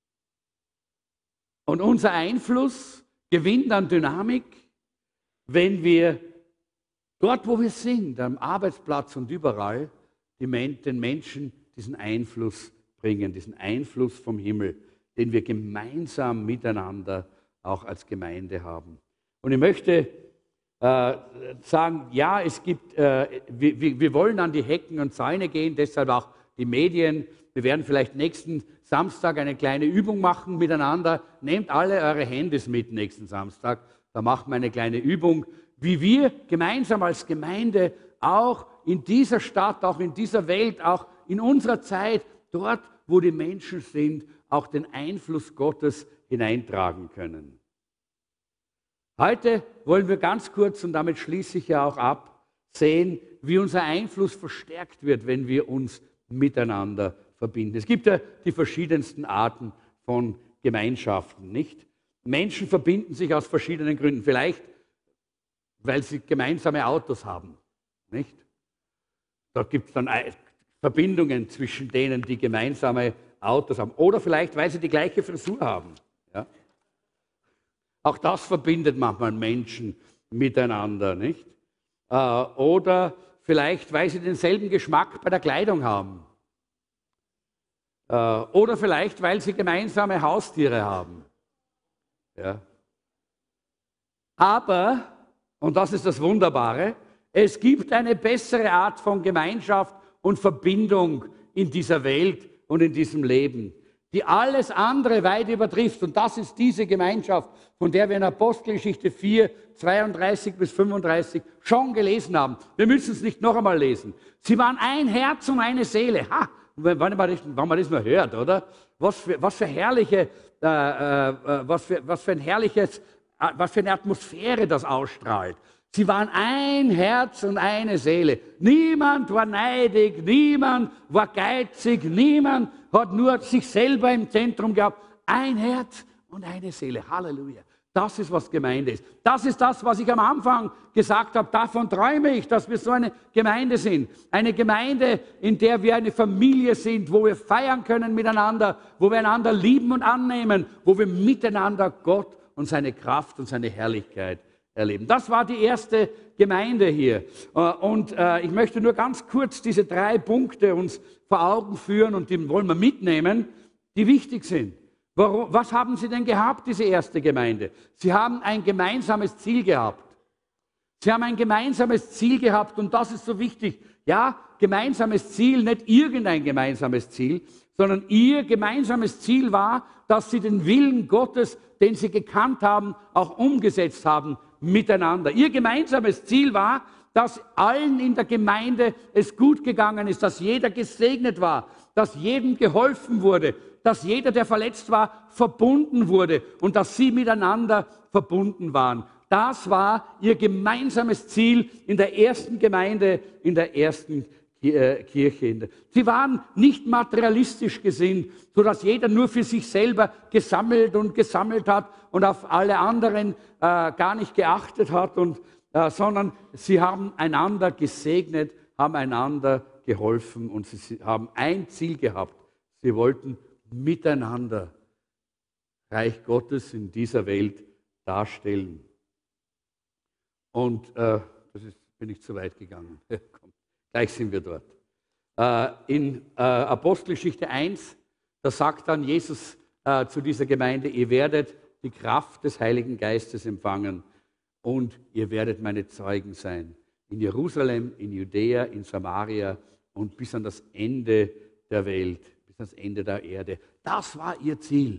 Und unser Einfluss gewinnt an Dynamik, wenn wir dort, wo wir sind, am Arbeitsplatz und überall, den Menschen diesen Einfluss bringen, diesen Einfluss vom Himmel, den wir gemeinsam miteinander auch als Gemeinde haben. Und ich möchte sagen, ja, es gibt, wir wollen an die Hecken und Zäune gehen, deshalb auch die Medien. Wir werden vielleicht nächsten Samstag eine kleine Übung machen miteinander. Nehmt alle eure Handys mit nächsten Samstag. Da machen wir eine kleine Übung, wie wir gemeinsam als Gemeinde auch in dieser Stadt, auch in dieser Welt, auch in unserer Zeit, dort, wo die Menschen sind, auch den Einfluss Gottes hineintragen können. Heute wollen wir ganz kurz, und damit schließe ich ja auch ab, sehen, wie unser Einfluss verstärkt wird, wenn wir uns miteinander verbinden. Es gibt ja die verschiedensten Arten von Gemeinschaften, nicht? Menschen verbinden sich aus verschiedenen Gründen. Vielleicht, weil sie gemeinsame Autos haben, nicht? Da gibt es dann Verbindungen zwischen denen, die gemeinsame Autos haben. Oder vielleicht, weil sie die gleiche Frisur haben. Ja? Auch das verbindet manchmal Menschen miteinander, nicht? Oder vielleicht, weil sie denselben Geschmack bei der Kleidung haben. Oder vielleicht, weil sie gemeinsame Haustiere haben. Ja. Aber, und das ist das Wunderbare, es gibt eine bessere Art von Gemeinschaft und Verbindung in dieser Welt und in diesem Leben, die alles andere weit übertrifft. Und das ist diese Gemeinschaft, von der wir in Apostelgeschichte 4, 32 bis 35 schon gelesen haben. Wir müssen es nicht noch einmal lesen. Sie waren ein Herz und eine Seele. Ha! Wenn man das mal hört, oder? Was für eine Atmosphäre das ausstrahlt. Sie waren ein Herz und eine Seele. Niemand war neidig, niemand war geizig, niemand hat nur sich selber im Zentrum gehabt. Ein Herz und eine Seele. Halleluja. Das ist, was Gemeinde ist. Das ist das, was ich am Anfang gesagt habe. Davon träume ich, dass wir so eine Gemeinde sind. Eine Gemeinde, in der wir eine Familie sind, wo wir feiern können miteinander, wo wir einander lieben und annehmen, wo wir miteinander Gott und seine Kraft und seine Herrlichkeit erleben. Das war die erste Gemeinde hier. Und ich möchte nur ganz kurz diese 3 Punkte uns vor Augen führen und die wollen wir mitnehmen, die wichtig sind. Was haben sie denn gehabt, diese erste Gemeinde? Sie haben ein gemeinsames Ziel gehabt. Sie haben ein gemeinsames Ziel gehabt und das ist so wichtig. Ja, gemeinsames Ziel, nicht irgendein gemeinsames Ziel, sondern ihr gemeinsames Ziel war, dass sie den Willen Gottes, den sie gekannt haben, auch umgesetzt haben miteinander. Ihr gemeinsames Ziel war, dass allen in der Gemeinde es gut gegangen ist, dass jeder gesegnet war, dass jedem geholfen wurde, dass jeder, der verletzt war, verbunden wurde und dass sie miteinander verbunden waren. Das war ihr gemeinsames Ziel in der ersten Gemeinde, in der ersten Kirche. Sie waren nicht materialistisch gesinnt, sodass jeder nur für sich selber gesammelt hat und auf alle anderen gar nicht geachtet hat, sondern sie haben einander gesegnet, haben einander geholfen und sie haben ein Ziel gehabt. Sie wollten miteinander Reich Gottes in dieser Welt darstellen. Und bin ich zu weit gegangen. Komm, gleich sind wir dort. In Apostelgeschichte 1, da sagt dann Jesus zu dieser Gemeinde, ihr werdet die Kraft des Heiligen Geistes empfangen und ihr werdet meine Zeugen sein in Jerusalem, in Judäa, in Samaria und bis an das Ende der Welt, bis ans Ende der Erde. Das war ihr Ziel,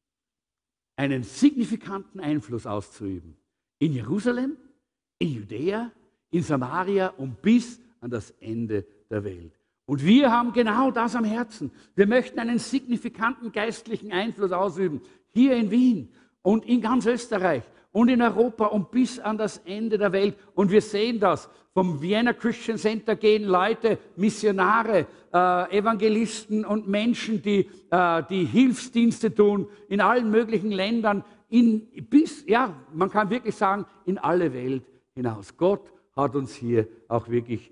einen signifikanten Einfluss auszuüben. In Jerusalem, in Judäa, in Samaria und bis an das Ende der Welt. Und wir haben genau das am Herzen. Wir möchten einen signifikanten geistlichen Einfluss ausüben, hier in Wien und in ganz Österreich und in Europa und bis an das Ende der Welt. Und wir sehen das. Vom Vienna Christian Center gehen Leute, Missionare, Evangelisten und Menschen, die Hilfsdienste tun in allen möglichen Ländern, man kann wirklich sagen, in alle Welt hinaus. Gott hat uns hier auch wirklich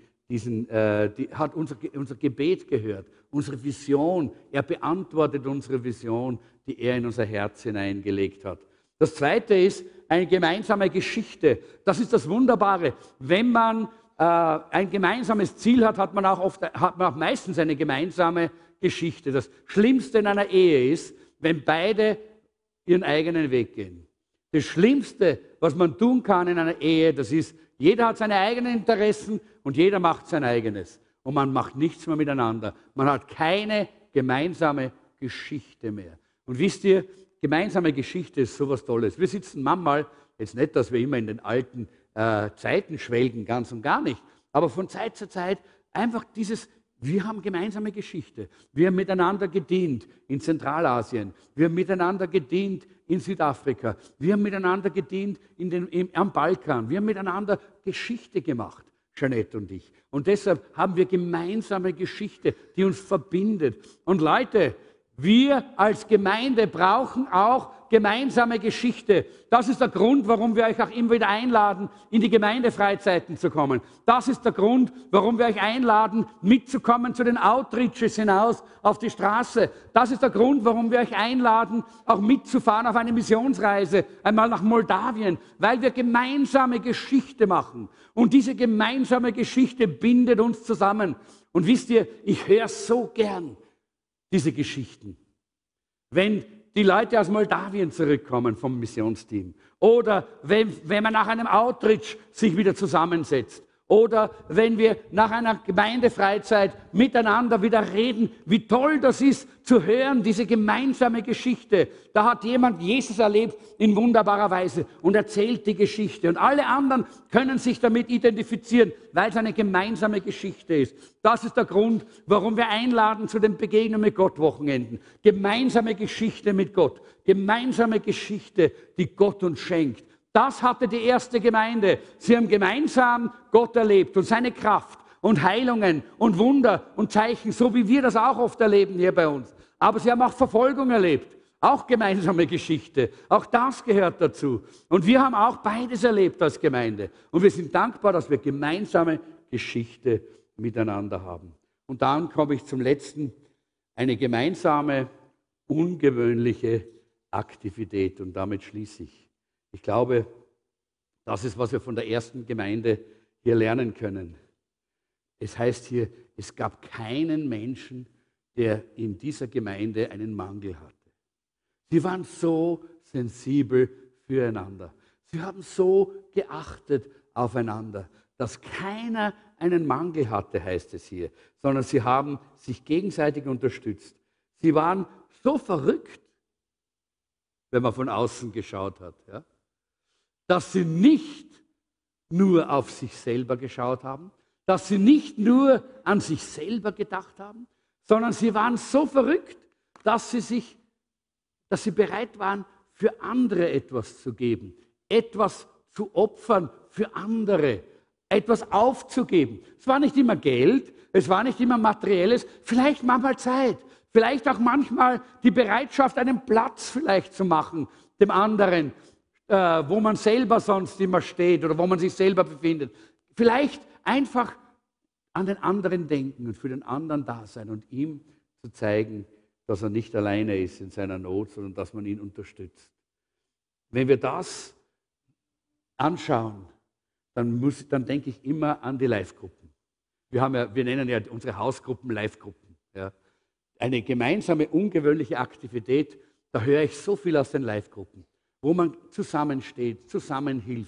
hat unser Gebet gehört, unsere Vision. Er beantwortet unsere Vision, die er in unser Herz hineingelegt hat. Das Zweite ist eine gemeinsame Geschichte. Das ist das Wunderbare. Wenn man ein gemeinsames Ziel hat, hat man auch meistens eine gemeinsame Geschichte. Das Schlimmste in einer Ehe ist, wenn beide ihren eigenen Weg gehen. Das Schlimmste, was man tun kann in einer Ehe, das ist, jeder hat seine eigenen Interessen und jeder macht sein eigenes. Und man macht nichts mehr miteinander. Man hat keine gemeinsame Geschichte mehr. Und wisst ihr, gemeinsame Geschichte ist sowas Tolles. Wir sitzen manchmal, jetzt nicht, dass wir immer in den alten Zeiten schwelgen, ganz und gar nicht, aber von Zeit zu Zeit einfach wir haben gemeinsame Geschichte. Wir haben miteinander gedient in Zentralasien. Wir haben miteinander gedient in Südafrika. Wir haben miteinander gedient am Balkan. Wir haben miteinander Geschichte gemacht, Jeanette und ich. Und deshalb haben wir gemeinsame Geschichte, die uns verbindet. Und Leute, wir als Gemeinde brauchen auch gemeinsame Geschichte. Das ist der Grund, warum wir euch auch immer wieder einladen, in die Gemeindefreizeiten zu kommen. Das ist der Grund, warum wir euch einladen, mitzukommen zu den Outreaches hinaus auf die Straße. Das ist der Grund, warum wir euch einladen, auch mitzufahren auf eine Missionsreise, einmal nach Moldawien, weil wir gemeinsame Geschichte machen. Und diese gemeinsame Geschichte bindet uns zusammen. Und wisst ihr, ich höre so gern diese Geschichten. Wenn die Leute aus Moldawien zurückkommen vom Missionsteam oder wenn man nach einem Outreach sich wieder zusammensetzt oder wenn wir nach einer Gemeindefreizeit miteinander wieder reden, wie toll das ist zu hören, diese gemeinsame Geschichte. Da hat jemand Jesus erlebt in wunderbarer Weise und erzählt die Geschichte. Und alle anderen können sich damit identifizieren, weil es eine gemeinsame Geschichte ist. Das ist der Grund, warum wir einladen zu den Begegnungen mit Gott Wochenenden. Gemeinsame Geschichte mit Gott. Gemeinsame Geschichte, die Gott uns schenkt. Das hatte die erste Gemeinde. Sie haben gemeinsam Gott erlebt und seine Kraft und Heilungen und Wunder und Zeichen, so wie wir das auch oft erleben hier bei uns. Aber sie haben auch Verfolgung erlebt, auch gemeinsame Geschichte. Auch das gehört dazu. Und wir haben auch beides erlebt als Gemeinde. Und wir sind dankbar, dass wir gemeinsame Geschichte miteinander haben. Und dann komme ich zum letzten, eine gemeinsame, ungewöhnliche Aktivität. Und damit schließe ich. Ich glaube, das ist, was wir von der ersten Gemeinde hier lernen können. Es heißt hier, es gab keinen Menschen, der in dieser Gemeinde einen Mangel hatte. Sie waren so sensibel füreinander. Sie haben so geachtet aufeinander, dass keiner einen Mangel hatte, heißt es hier, sondern sie haben sich gegenseitig unterstützt. Sie waren so verrückt, wenn man von außen geschaut hat, ja, dass sie nicht nur auf sich selber geschaut haben, dass sie nicht nur an sich selber gedacht haben, sondern sie waren so verrückt, dass sie bereit waren, für andere etwas zu geben, etwas zu opfern für andere, etwas aufzugeben. Es war nicht immer Geld, es war nicht immer Materielles, vielleicht manchmal Zeit, vielleicht auch manchmal die Bereitschaft, einen Platz vielleicht zu machen, dem anderen, wo man selber sonst immer steht oder wo man sich selber befindet. Vielleicht einfach an den anderen denken und für den anderen da sein und ihm zu zeigen, dass er nicht alleine ist in seiner Not, sondern dass man ihn unterstützt. Wenn wir das anschauen, dann denke ich immer an die Live-Gruppen. Wir nennen ja unsere Hausgruppen Live-Gruppen. Ja. Eine gemeinsame, ungewöhnliche Aktivität, da höre ich so viel aus den Live-Gruppen, wo man zusammensteht, zusammenhilft,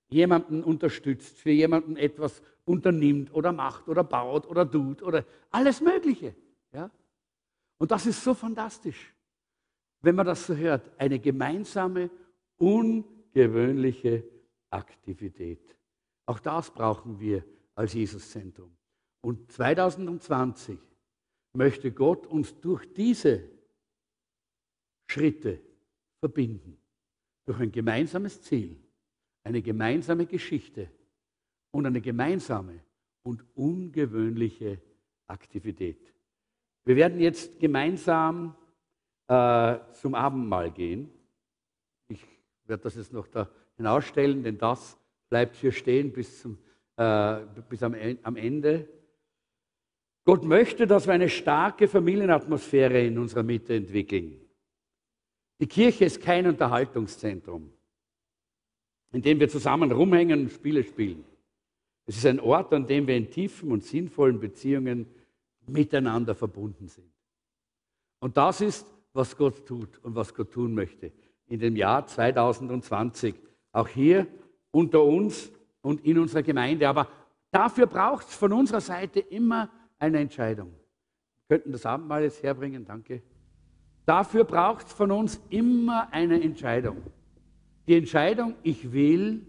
jemanden unterstützt, für jemanden etwas unternimmt oder macht oder baut oder tut oder alles Mögliche. Ja? Und das ist so fantastisch, wenn man das so hört. Eine gemeinsame, ungewöhnliche Aktivität. Auch das brauchen wir als Jesuszentrum. Und 2020 möchte Gott uns durch diese Schritte verbinden. Durch ein gemeinsames Ziel, eine gemeinsame Geschichte und eine gemeinsame und ungewöhnliche Aktivität. Wir werden jetzt gemeinsam zum Abendmahl gehen. Ich werde das jetzt noch da hinausstellen, denn das bleibt hier stehen bis am Ende. Gott möchte, dass wir eine starke Familienatmosphäre in unserer Mitte entwickeln. Die Kirche ist kein Unterhaltungszentrum, in dem wir zusammen rumhängen und Spiele spielen. Es ist ein Ort, an dem wir in tiefen und sinnvollen Beziehungen miteinander verbunden sind. Und das ist, was Gott tut und was Gott tun möchte in dem Jahr 2020. Auch hier unter uns und in unserer Gemeinde. Aber dafür braucht es von unserer Seite immer eine Entscheidung. Wir könnten das Abendmahl jetzt herbringen, danke. Dafür braucht es von uns immer eine Entscheidung. Die Entscheidung, ich will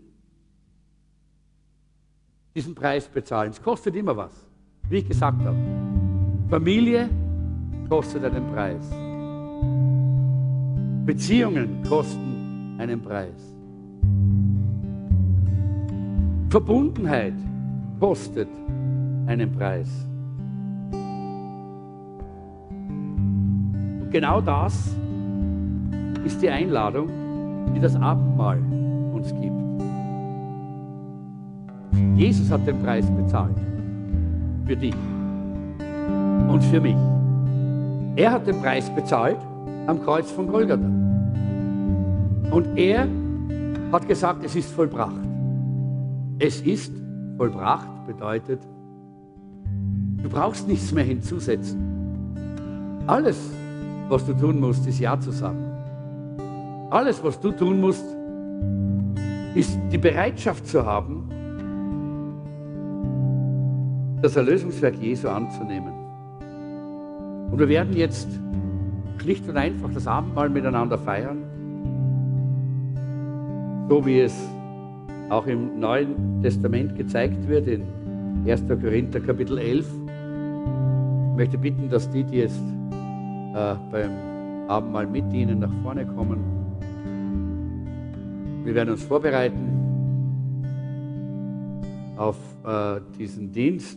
diesen Preis bezahlen. Es kostet immer was, wie ich gesagt habe. Familie kostet einen Preis. Beziehungen kosten einen Preis. Verbundenheit kostet einen Preis. Und genau das ist die Einladung, die das Abendmahl uns gibt. Jesus hat den Preis bezahlt. Für dich und für mich. Er hat den Preis bezahlt am Kreuz von Golgatha. Und er hat gesagt, es ist vollbracht. Es ist vollbracht bedeutet, du brauchst nichts mehr hinzusetzen. Alles, was du tun musst, ist Ja zu sagen. Alles, was du tun musst, ist die Bereitschaft zu haben, das Erlösungswerk Jesu anzunehmen. Und wir werden jetzt schlicht und einfach das Abendmahl miteinander feiern, so wie es auch im Neuen Testament gezeigt wird, in 1. Korinther Kapitel 11. Ich möchte bitten, dass die jetzt beim Abendmahl mit Ihnen nach vorne kommen. Wir werden uns vorbereiten auf diesen Dienst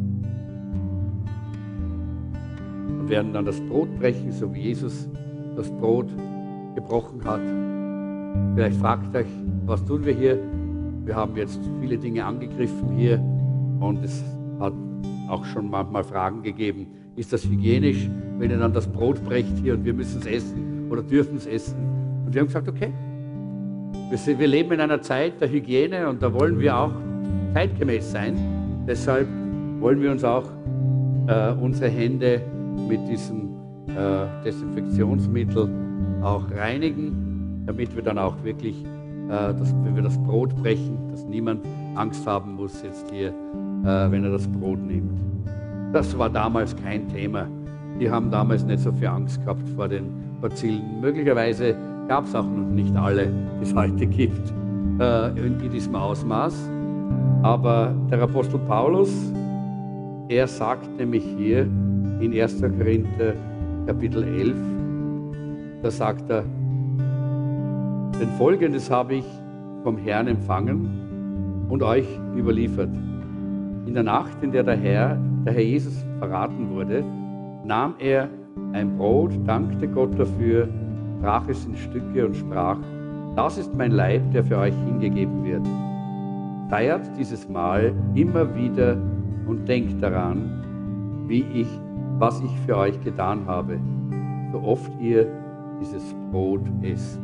und werden dann das Brot brechen, so wie Jesus das Brot gebrochen hat. Vielleicht fragt euch, was tun wir hier? Wir haben jetzt viele Dinge angegriffen hier und es hat auch schon manchmal Fragen gegeben. Ist das hygienisch, wenn ihr dann das Brot brecht hier und wir müssen es essen oder dürfen es essen? Und wir haben gesagt, okay, wir leben in einer Zeit der Hygiene und da wollen wir auch zeitgemäß sein. Deshalb wollen wir uns auch unsere Hände mit diesem Desinfektionsmittel auch reinigen, damit wir dann auch wirklich, wenn wir das Brot brechen, dass niemand Angst haben muss jetzt hier, wenn er das Brot nimmt. Das war damals kein Thema. Die haben damals nicht so viel Angst gehabt vor den Bazillen. Möglicherweise gab es auch noch nicht alle, die es heute gibt, in diesem Ausmaß. Aber der Apostel Paulus, er sagt nämlich hier in 1. Korinther Kapitel 11, da sagt er, denn Folgendes habe ich vom Herrn empfangen und euch überliefert. In der Nacht, in der der Herr Jesus verraten wurde, nahm er ein Brot, dankte Gott dafür, brach es in Stücke und sprach, das ist mein Leib, der für euch hingegeben wird. Feiert dieses Mahl immer wieder und denkt daran, was ich für euch getan habe, so oft ihr dieses Brot esst.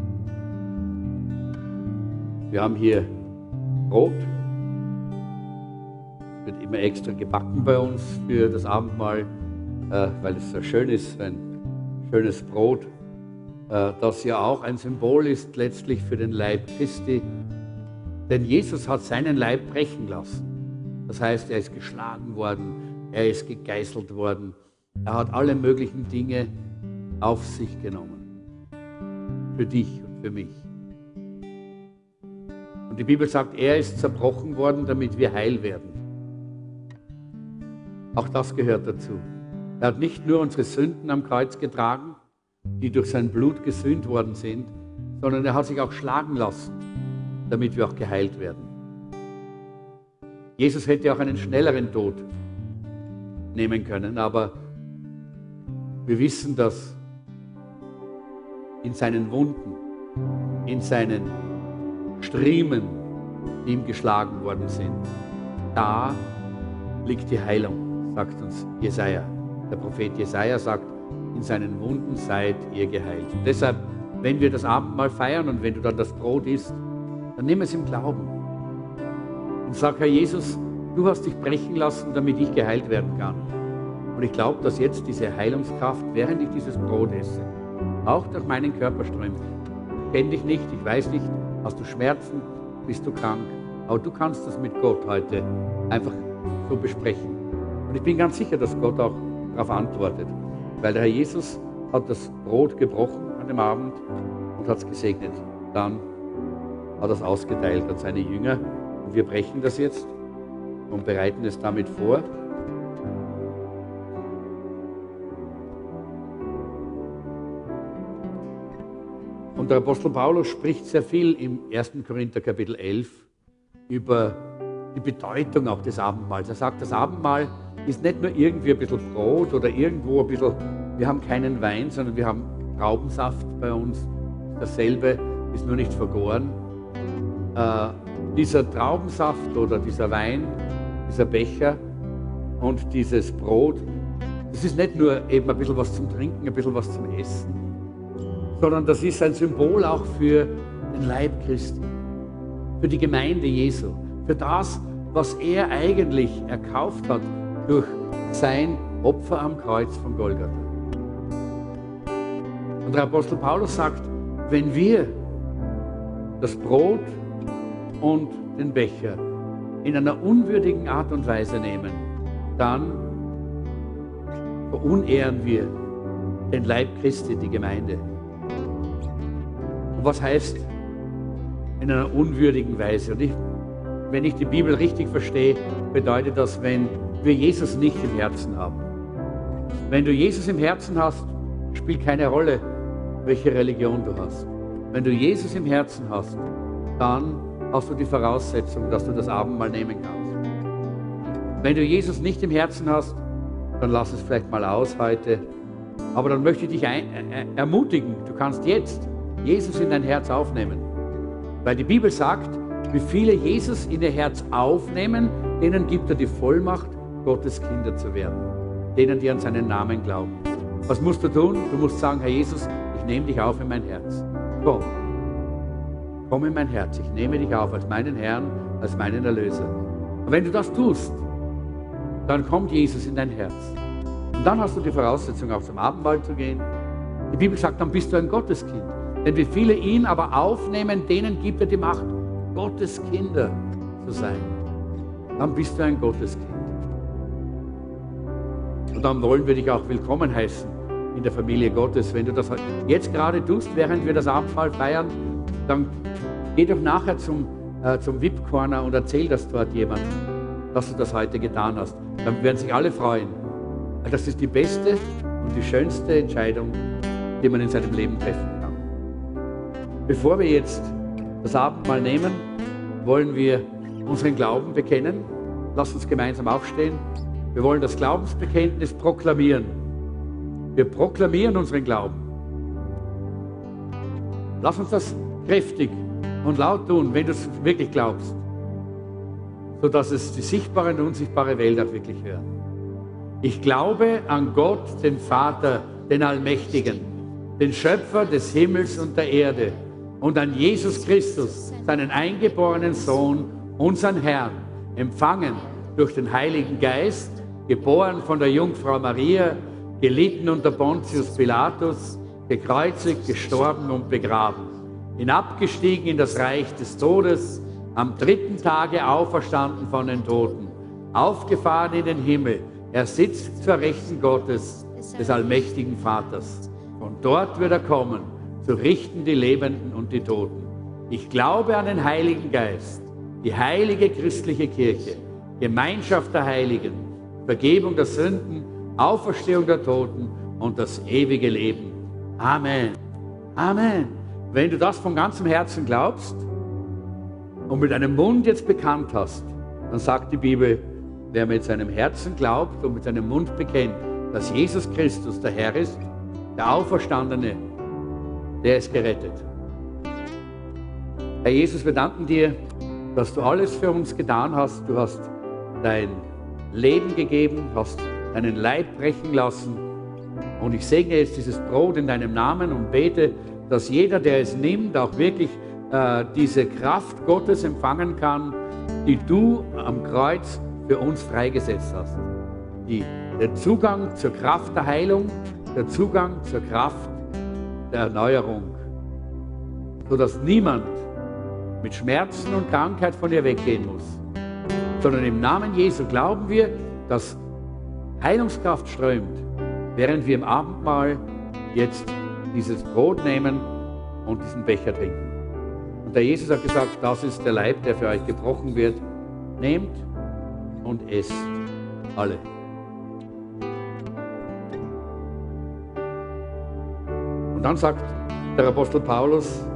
Wir haben hier Brot. Es wird immer extra gebacken bei uns für das Abendmahl, weil es so schön ist, ein schönes Brot, das ja auch ein Symbol ist letztlich für den Leib Christi. Denn Jesus hat seinen Leib brechen lassen. Das heißt, er ist geschlagen worden, er ist gegeißelt worden. Er hat alle möglichen Dinge auf sich genommen. Für dich und für mich. Und die Bibel sagt, er ist zerbrochen worden, damit wir heil werden. Auch das gehört dazu. Er hat nicht nur unsere Sünden am Kreuz getragen, die durch sein Blut gesühnt worden sind, sondern er hat sich auch schlagen lassen, damit wir auch geheilt werden. Jesus hätte auch einen schnelleren Tod nehmen können, aber wir wissen, dass in seinen Wunden, in seinen Striemen, die ihm geschlagen worden sind, da liegt die Heilung, sagt uns Jesaja. Der Prophet Jesaja sagt, in seinen Wunden seid ihr geheilt. Und deshalb, wenn wir das Abendmahl feiern und wenn du dann das Brot isst, dann nimm es im Glauben. Und sag, Herr Jesus, du hast dich brechen lassen, damit ich geheilt werden kann. Und ich glaube, dass jetzt diese Heilungskraft, während ich dieses Brot esse, auch durch meinen Körper strömt. Ich kenne dich nicht, ich weiß nicht, hast du Schmerzen, bist du krank, aber du kannst das mit Gott heute einfach so besprechen. Und ich bin ganz sicher, dass Gott auch darauf antwortet, weil der Herr Jesus hat das Brot gebrochen an dem Abend und hat es gesegnet. Dann hat er es ausgeteilt an seine Jünger und wir brechen das jetzt und bereiten es damit vor. Und der Apostel Paulus spricht sehr viel im 1. Korinther Kapitel 11 über die Bedeutung auch des Abendmahls. Er sagt, das Abendmahl ist nicht nur irgendwie ein bisschen Brot oder irgendwo ein bisschen, wir haben keinen Wein, sondern wir haben Traubensaft bei uns. Dasselbe ist nur nicht vergoren. Dieser Traubensaft oder dieser Wein, dieser Becher und dieses Brot, das ist nicht nur eben ein bisschen was zum Trinken, ein bisschen was zum Essen, sondern das ist ein Symbol auch für den Leib Christi, für die Gemeinde Jesu, für das, was er eigentlich erkauft hat durch sein Opfer am Kreuz von Golgatha. Und der Apostel Paulus sagt, wenn wir das Brot und den Becher in einer unwürdigen Art und Weise nehmen, dann verunehren wir den Leib Christi, die Gemeinde. Und was heißt in einer unwürdigen Weise? Und wenn ich die Bibel richtig verstehe, bedeutet das, wenn wir Jesus nicht im Herzen haben. Wenn du Jesus im Herzen hast, spielt keine Rolle, welche Religion du hast. Wenn du Jesus im Herzen hast, dann hast du die Voraussetzung, dass du das Abendmahl nehmen kannst. Wenn du Jesus nicht im Herzen hast, dann lass es vielleicht mal aus heute. Aber dann möchte ich dich ermutigen, du kannst jetzt Jesus in dein Herz aufnehmen. Weil die Bibel sagt, wie viele Jesus in ihr Herz aufnehmen, denen gibt er die Vollmacht, Gottes Kinder zu werden. Denen, die an seinen Namen glauben. Was musst du tun? Du musst sagen, Herr Jesus, ich nehme dich auf in mein Herz. Komm. Komm in mein Herz. Ich nehme dich auf als meinen Herrn, als meinen Erlöser. Und wenn du das tust, dann kommt Jesus in dein Herz. Und dann hast du die Voraussetzung, auch zum Abendmahl zu gehen. Die Bibel sagt, dann bist du ein Gotteskind. Denn wie viele ihn aber aufnehmen, denen gibt er die Macht, Gottes Kinder zu sein. Dann bist du ein Gotteskind. Und dann wollen wir dich auch willkommen heißen in der Familie Gottes. Wenn du das jetzt gerade tust, während wir das Abendmahl feiern, dann geh doch nachher zum VIP-Corner und erzähl das dort jemandem, dass du das heute getan hast. Dann werden sich alle freuen. Weil das ist die beste und die schönste Entscheidung, die man in seinem Leben treffen kann. Bevor wir jetzt das Abendmahl nehmen, wollen wir unseren Glauben bekennen. Lass uns gemeinsam aufstehen. Wir wollen das Glaubensbekenntnis proklamieren. Wir proklamieren unseren Glauben. Lass uns das kräftig und laut tun, wenn du es wirklich glaubst, sodass es die sichtbare und unsichtbare Welt auch wirklich hört. Ich glaube an Gott, den Vater, den Allmächtigen, den Schöpfer des Himmels und der Erde, und an Jesus Christus, seinen eingeborenen Sohn, unseren Herrn, empfangen durch den Heiligen Geist, geboren von der Jungfrau Maria, gelitten unter Pontius Pilatus, gekreuzigt, gestorben und begraben, hinabgestiegen in das Reich des Todes, am dritten Tage auferstanden von den Toten, aufgefahren in den Himmel. Er sitzt zur Rechten Gottes, des allmächtigen Vaters. Von dort wird er kommen, zu richten die Lebenden und die Toten. Ich glaube an den Heiligen Geist, die heilige christliche Kirche, Gemeinschaft der Heiligen, Vergebung der Sünden, Auferstehung der Toten und das ewige Leben. Amen. Amen. Wenn du das von ganzem Herzen glaubst und mit deinem Mund jetzt bekannt hast, dann sagt die Bibel, wer mit seinem Herzen glaubt und mit seinem Mund bekennt, dass Jesus Christus der Herr ist, der Auferstandene, der ist gerettet. Herr Jesus, wir danken dir, dass du alles für uns getan hast. Du hast dein Leben gegeben, hast deinen Leib brechen lassen. Und ich segne jetzt dieses Brot in deinem Namen und bete, dass jeder, der es nimmt, auch wirklich diese Kraft Gottes empfangen kann, die du am Kreuz für uns freigesetzt hast. Der Zugang zur Kraft der Heilung, der Zugang zur Kraft der Erneuerung, sodass niemand mit Schmerzen und Krankheit von dir weggehen muss, sondern im Namen Jesu glauben wir, dass Heilungskraft strömt, während wir im Abendmahl jetzt dieses Brot nehmen und diesen Becher trinken. Und der Jesus hat gesagt, das ist der Leib, der für euch gebrochen wird. Nehmt und esst alle. Und dann sagt der Apostel Paulus,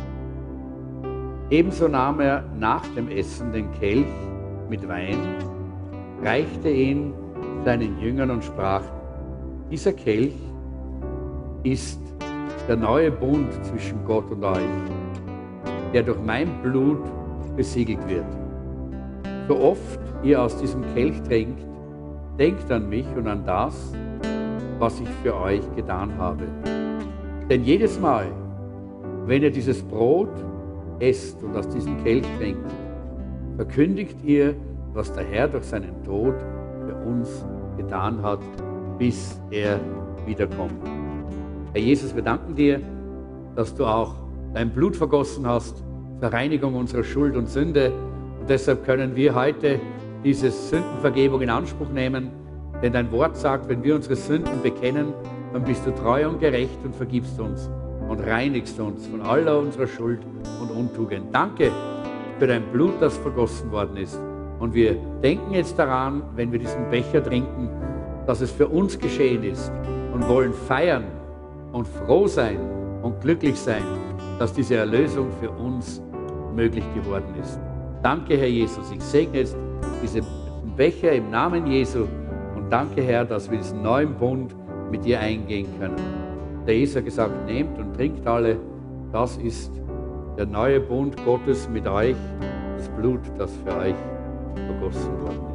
ebenso nahm er nach dem Essen den Kelch mit Wein, reichte ihn seinen Jüngern und sprach, dieser Kelch ist der neue Bund zwischen Gott und euch, der durch mein Blut besiegelt wird. So oft ihr aus diesem Kelch trinkt, denkt an mich und an das, was ich für euch getan habe. Denn jedes Mal, wenn ihr dieses Brot esst und aus diesem Kelch trinkt, verkündigt ihr, was der Herr durch seinen Tod für uns getan hat, bis er wiederkommt. Herr Jesus, wir danken dir, dass du auch dein Blut vergossen hast zur Reinigung unserer Schuld und Sünde. Und deshalb können wir heute diese Sündenvergebung in Anspruch nehmen. Denn dein Wort sagt, wenn wir unsere Sünden bekennen, dann bist du treu und gerecht und vergibst uns und reinigst uns von aller unserer Schuld und Untugend. Danke für dein Blut, das vergossen worden ist. Und wir denken jetzt daran, wenn wir diesen Becher trinken, dass es für uns geschehen ist und wollen feiern und froh sein und glücklich sein, dass diese Erlösung für uns möglich geworden ist. Danke, Herr Jesus. Ich segne jetzt diesen Becher im Namen Jesu und danke, Herr, dass wir diesen neuen Bund mit dir eingehen können. Der Jesus hat gesagt, nehmt und trinkt alle. Das ist der neue Bund Gottes mit euch, das Blut, das für euch vergossen worden ist.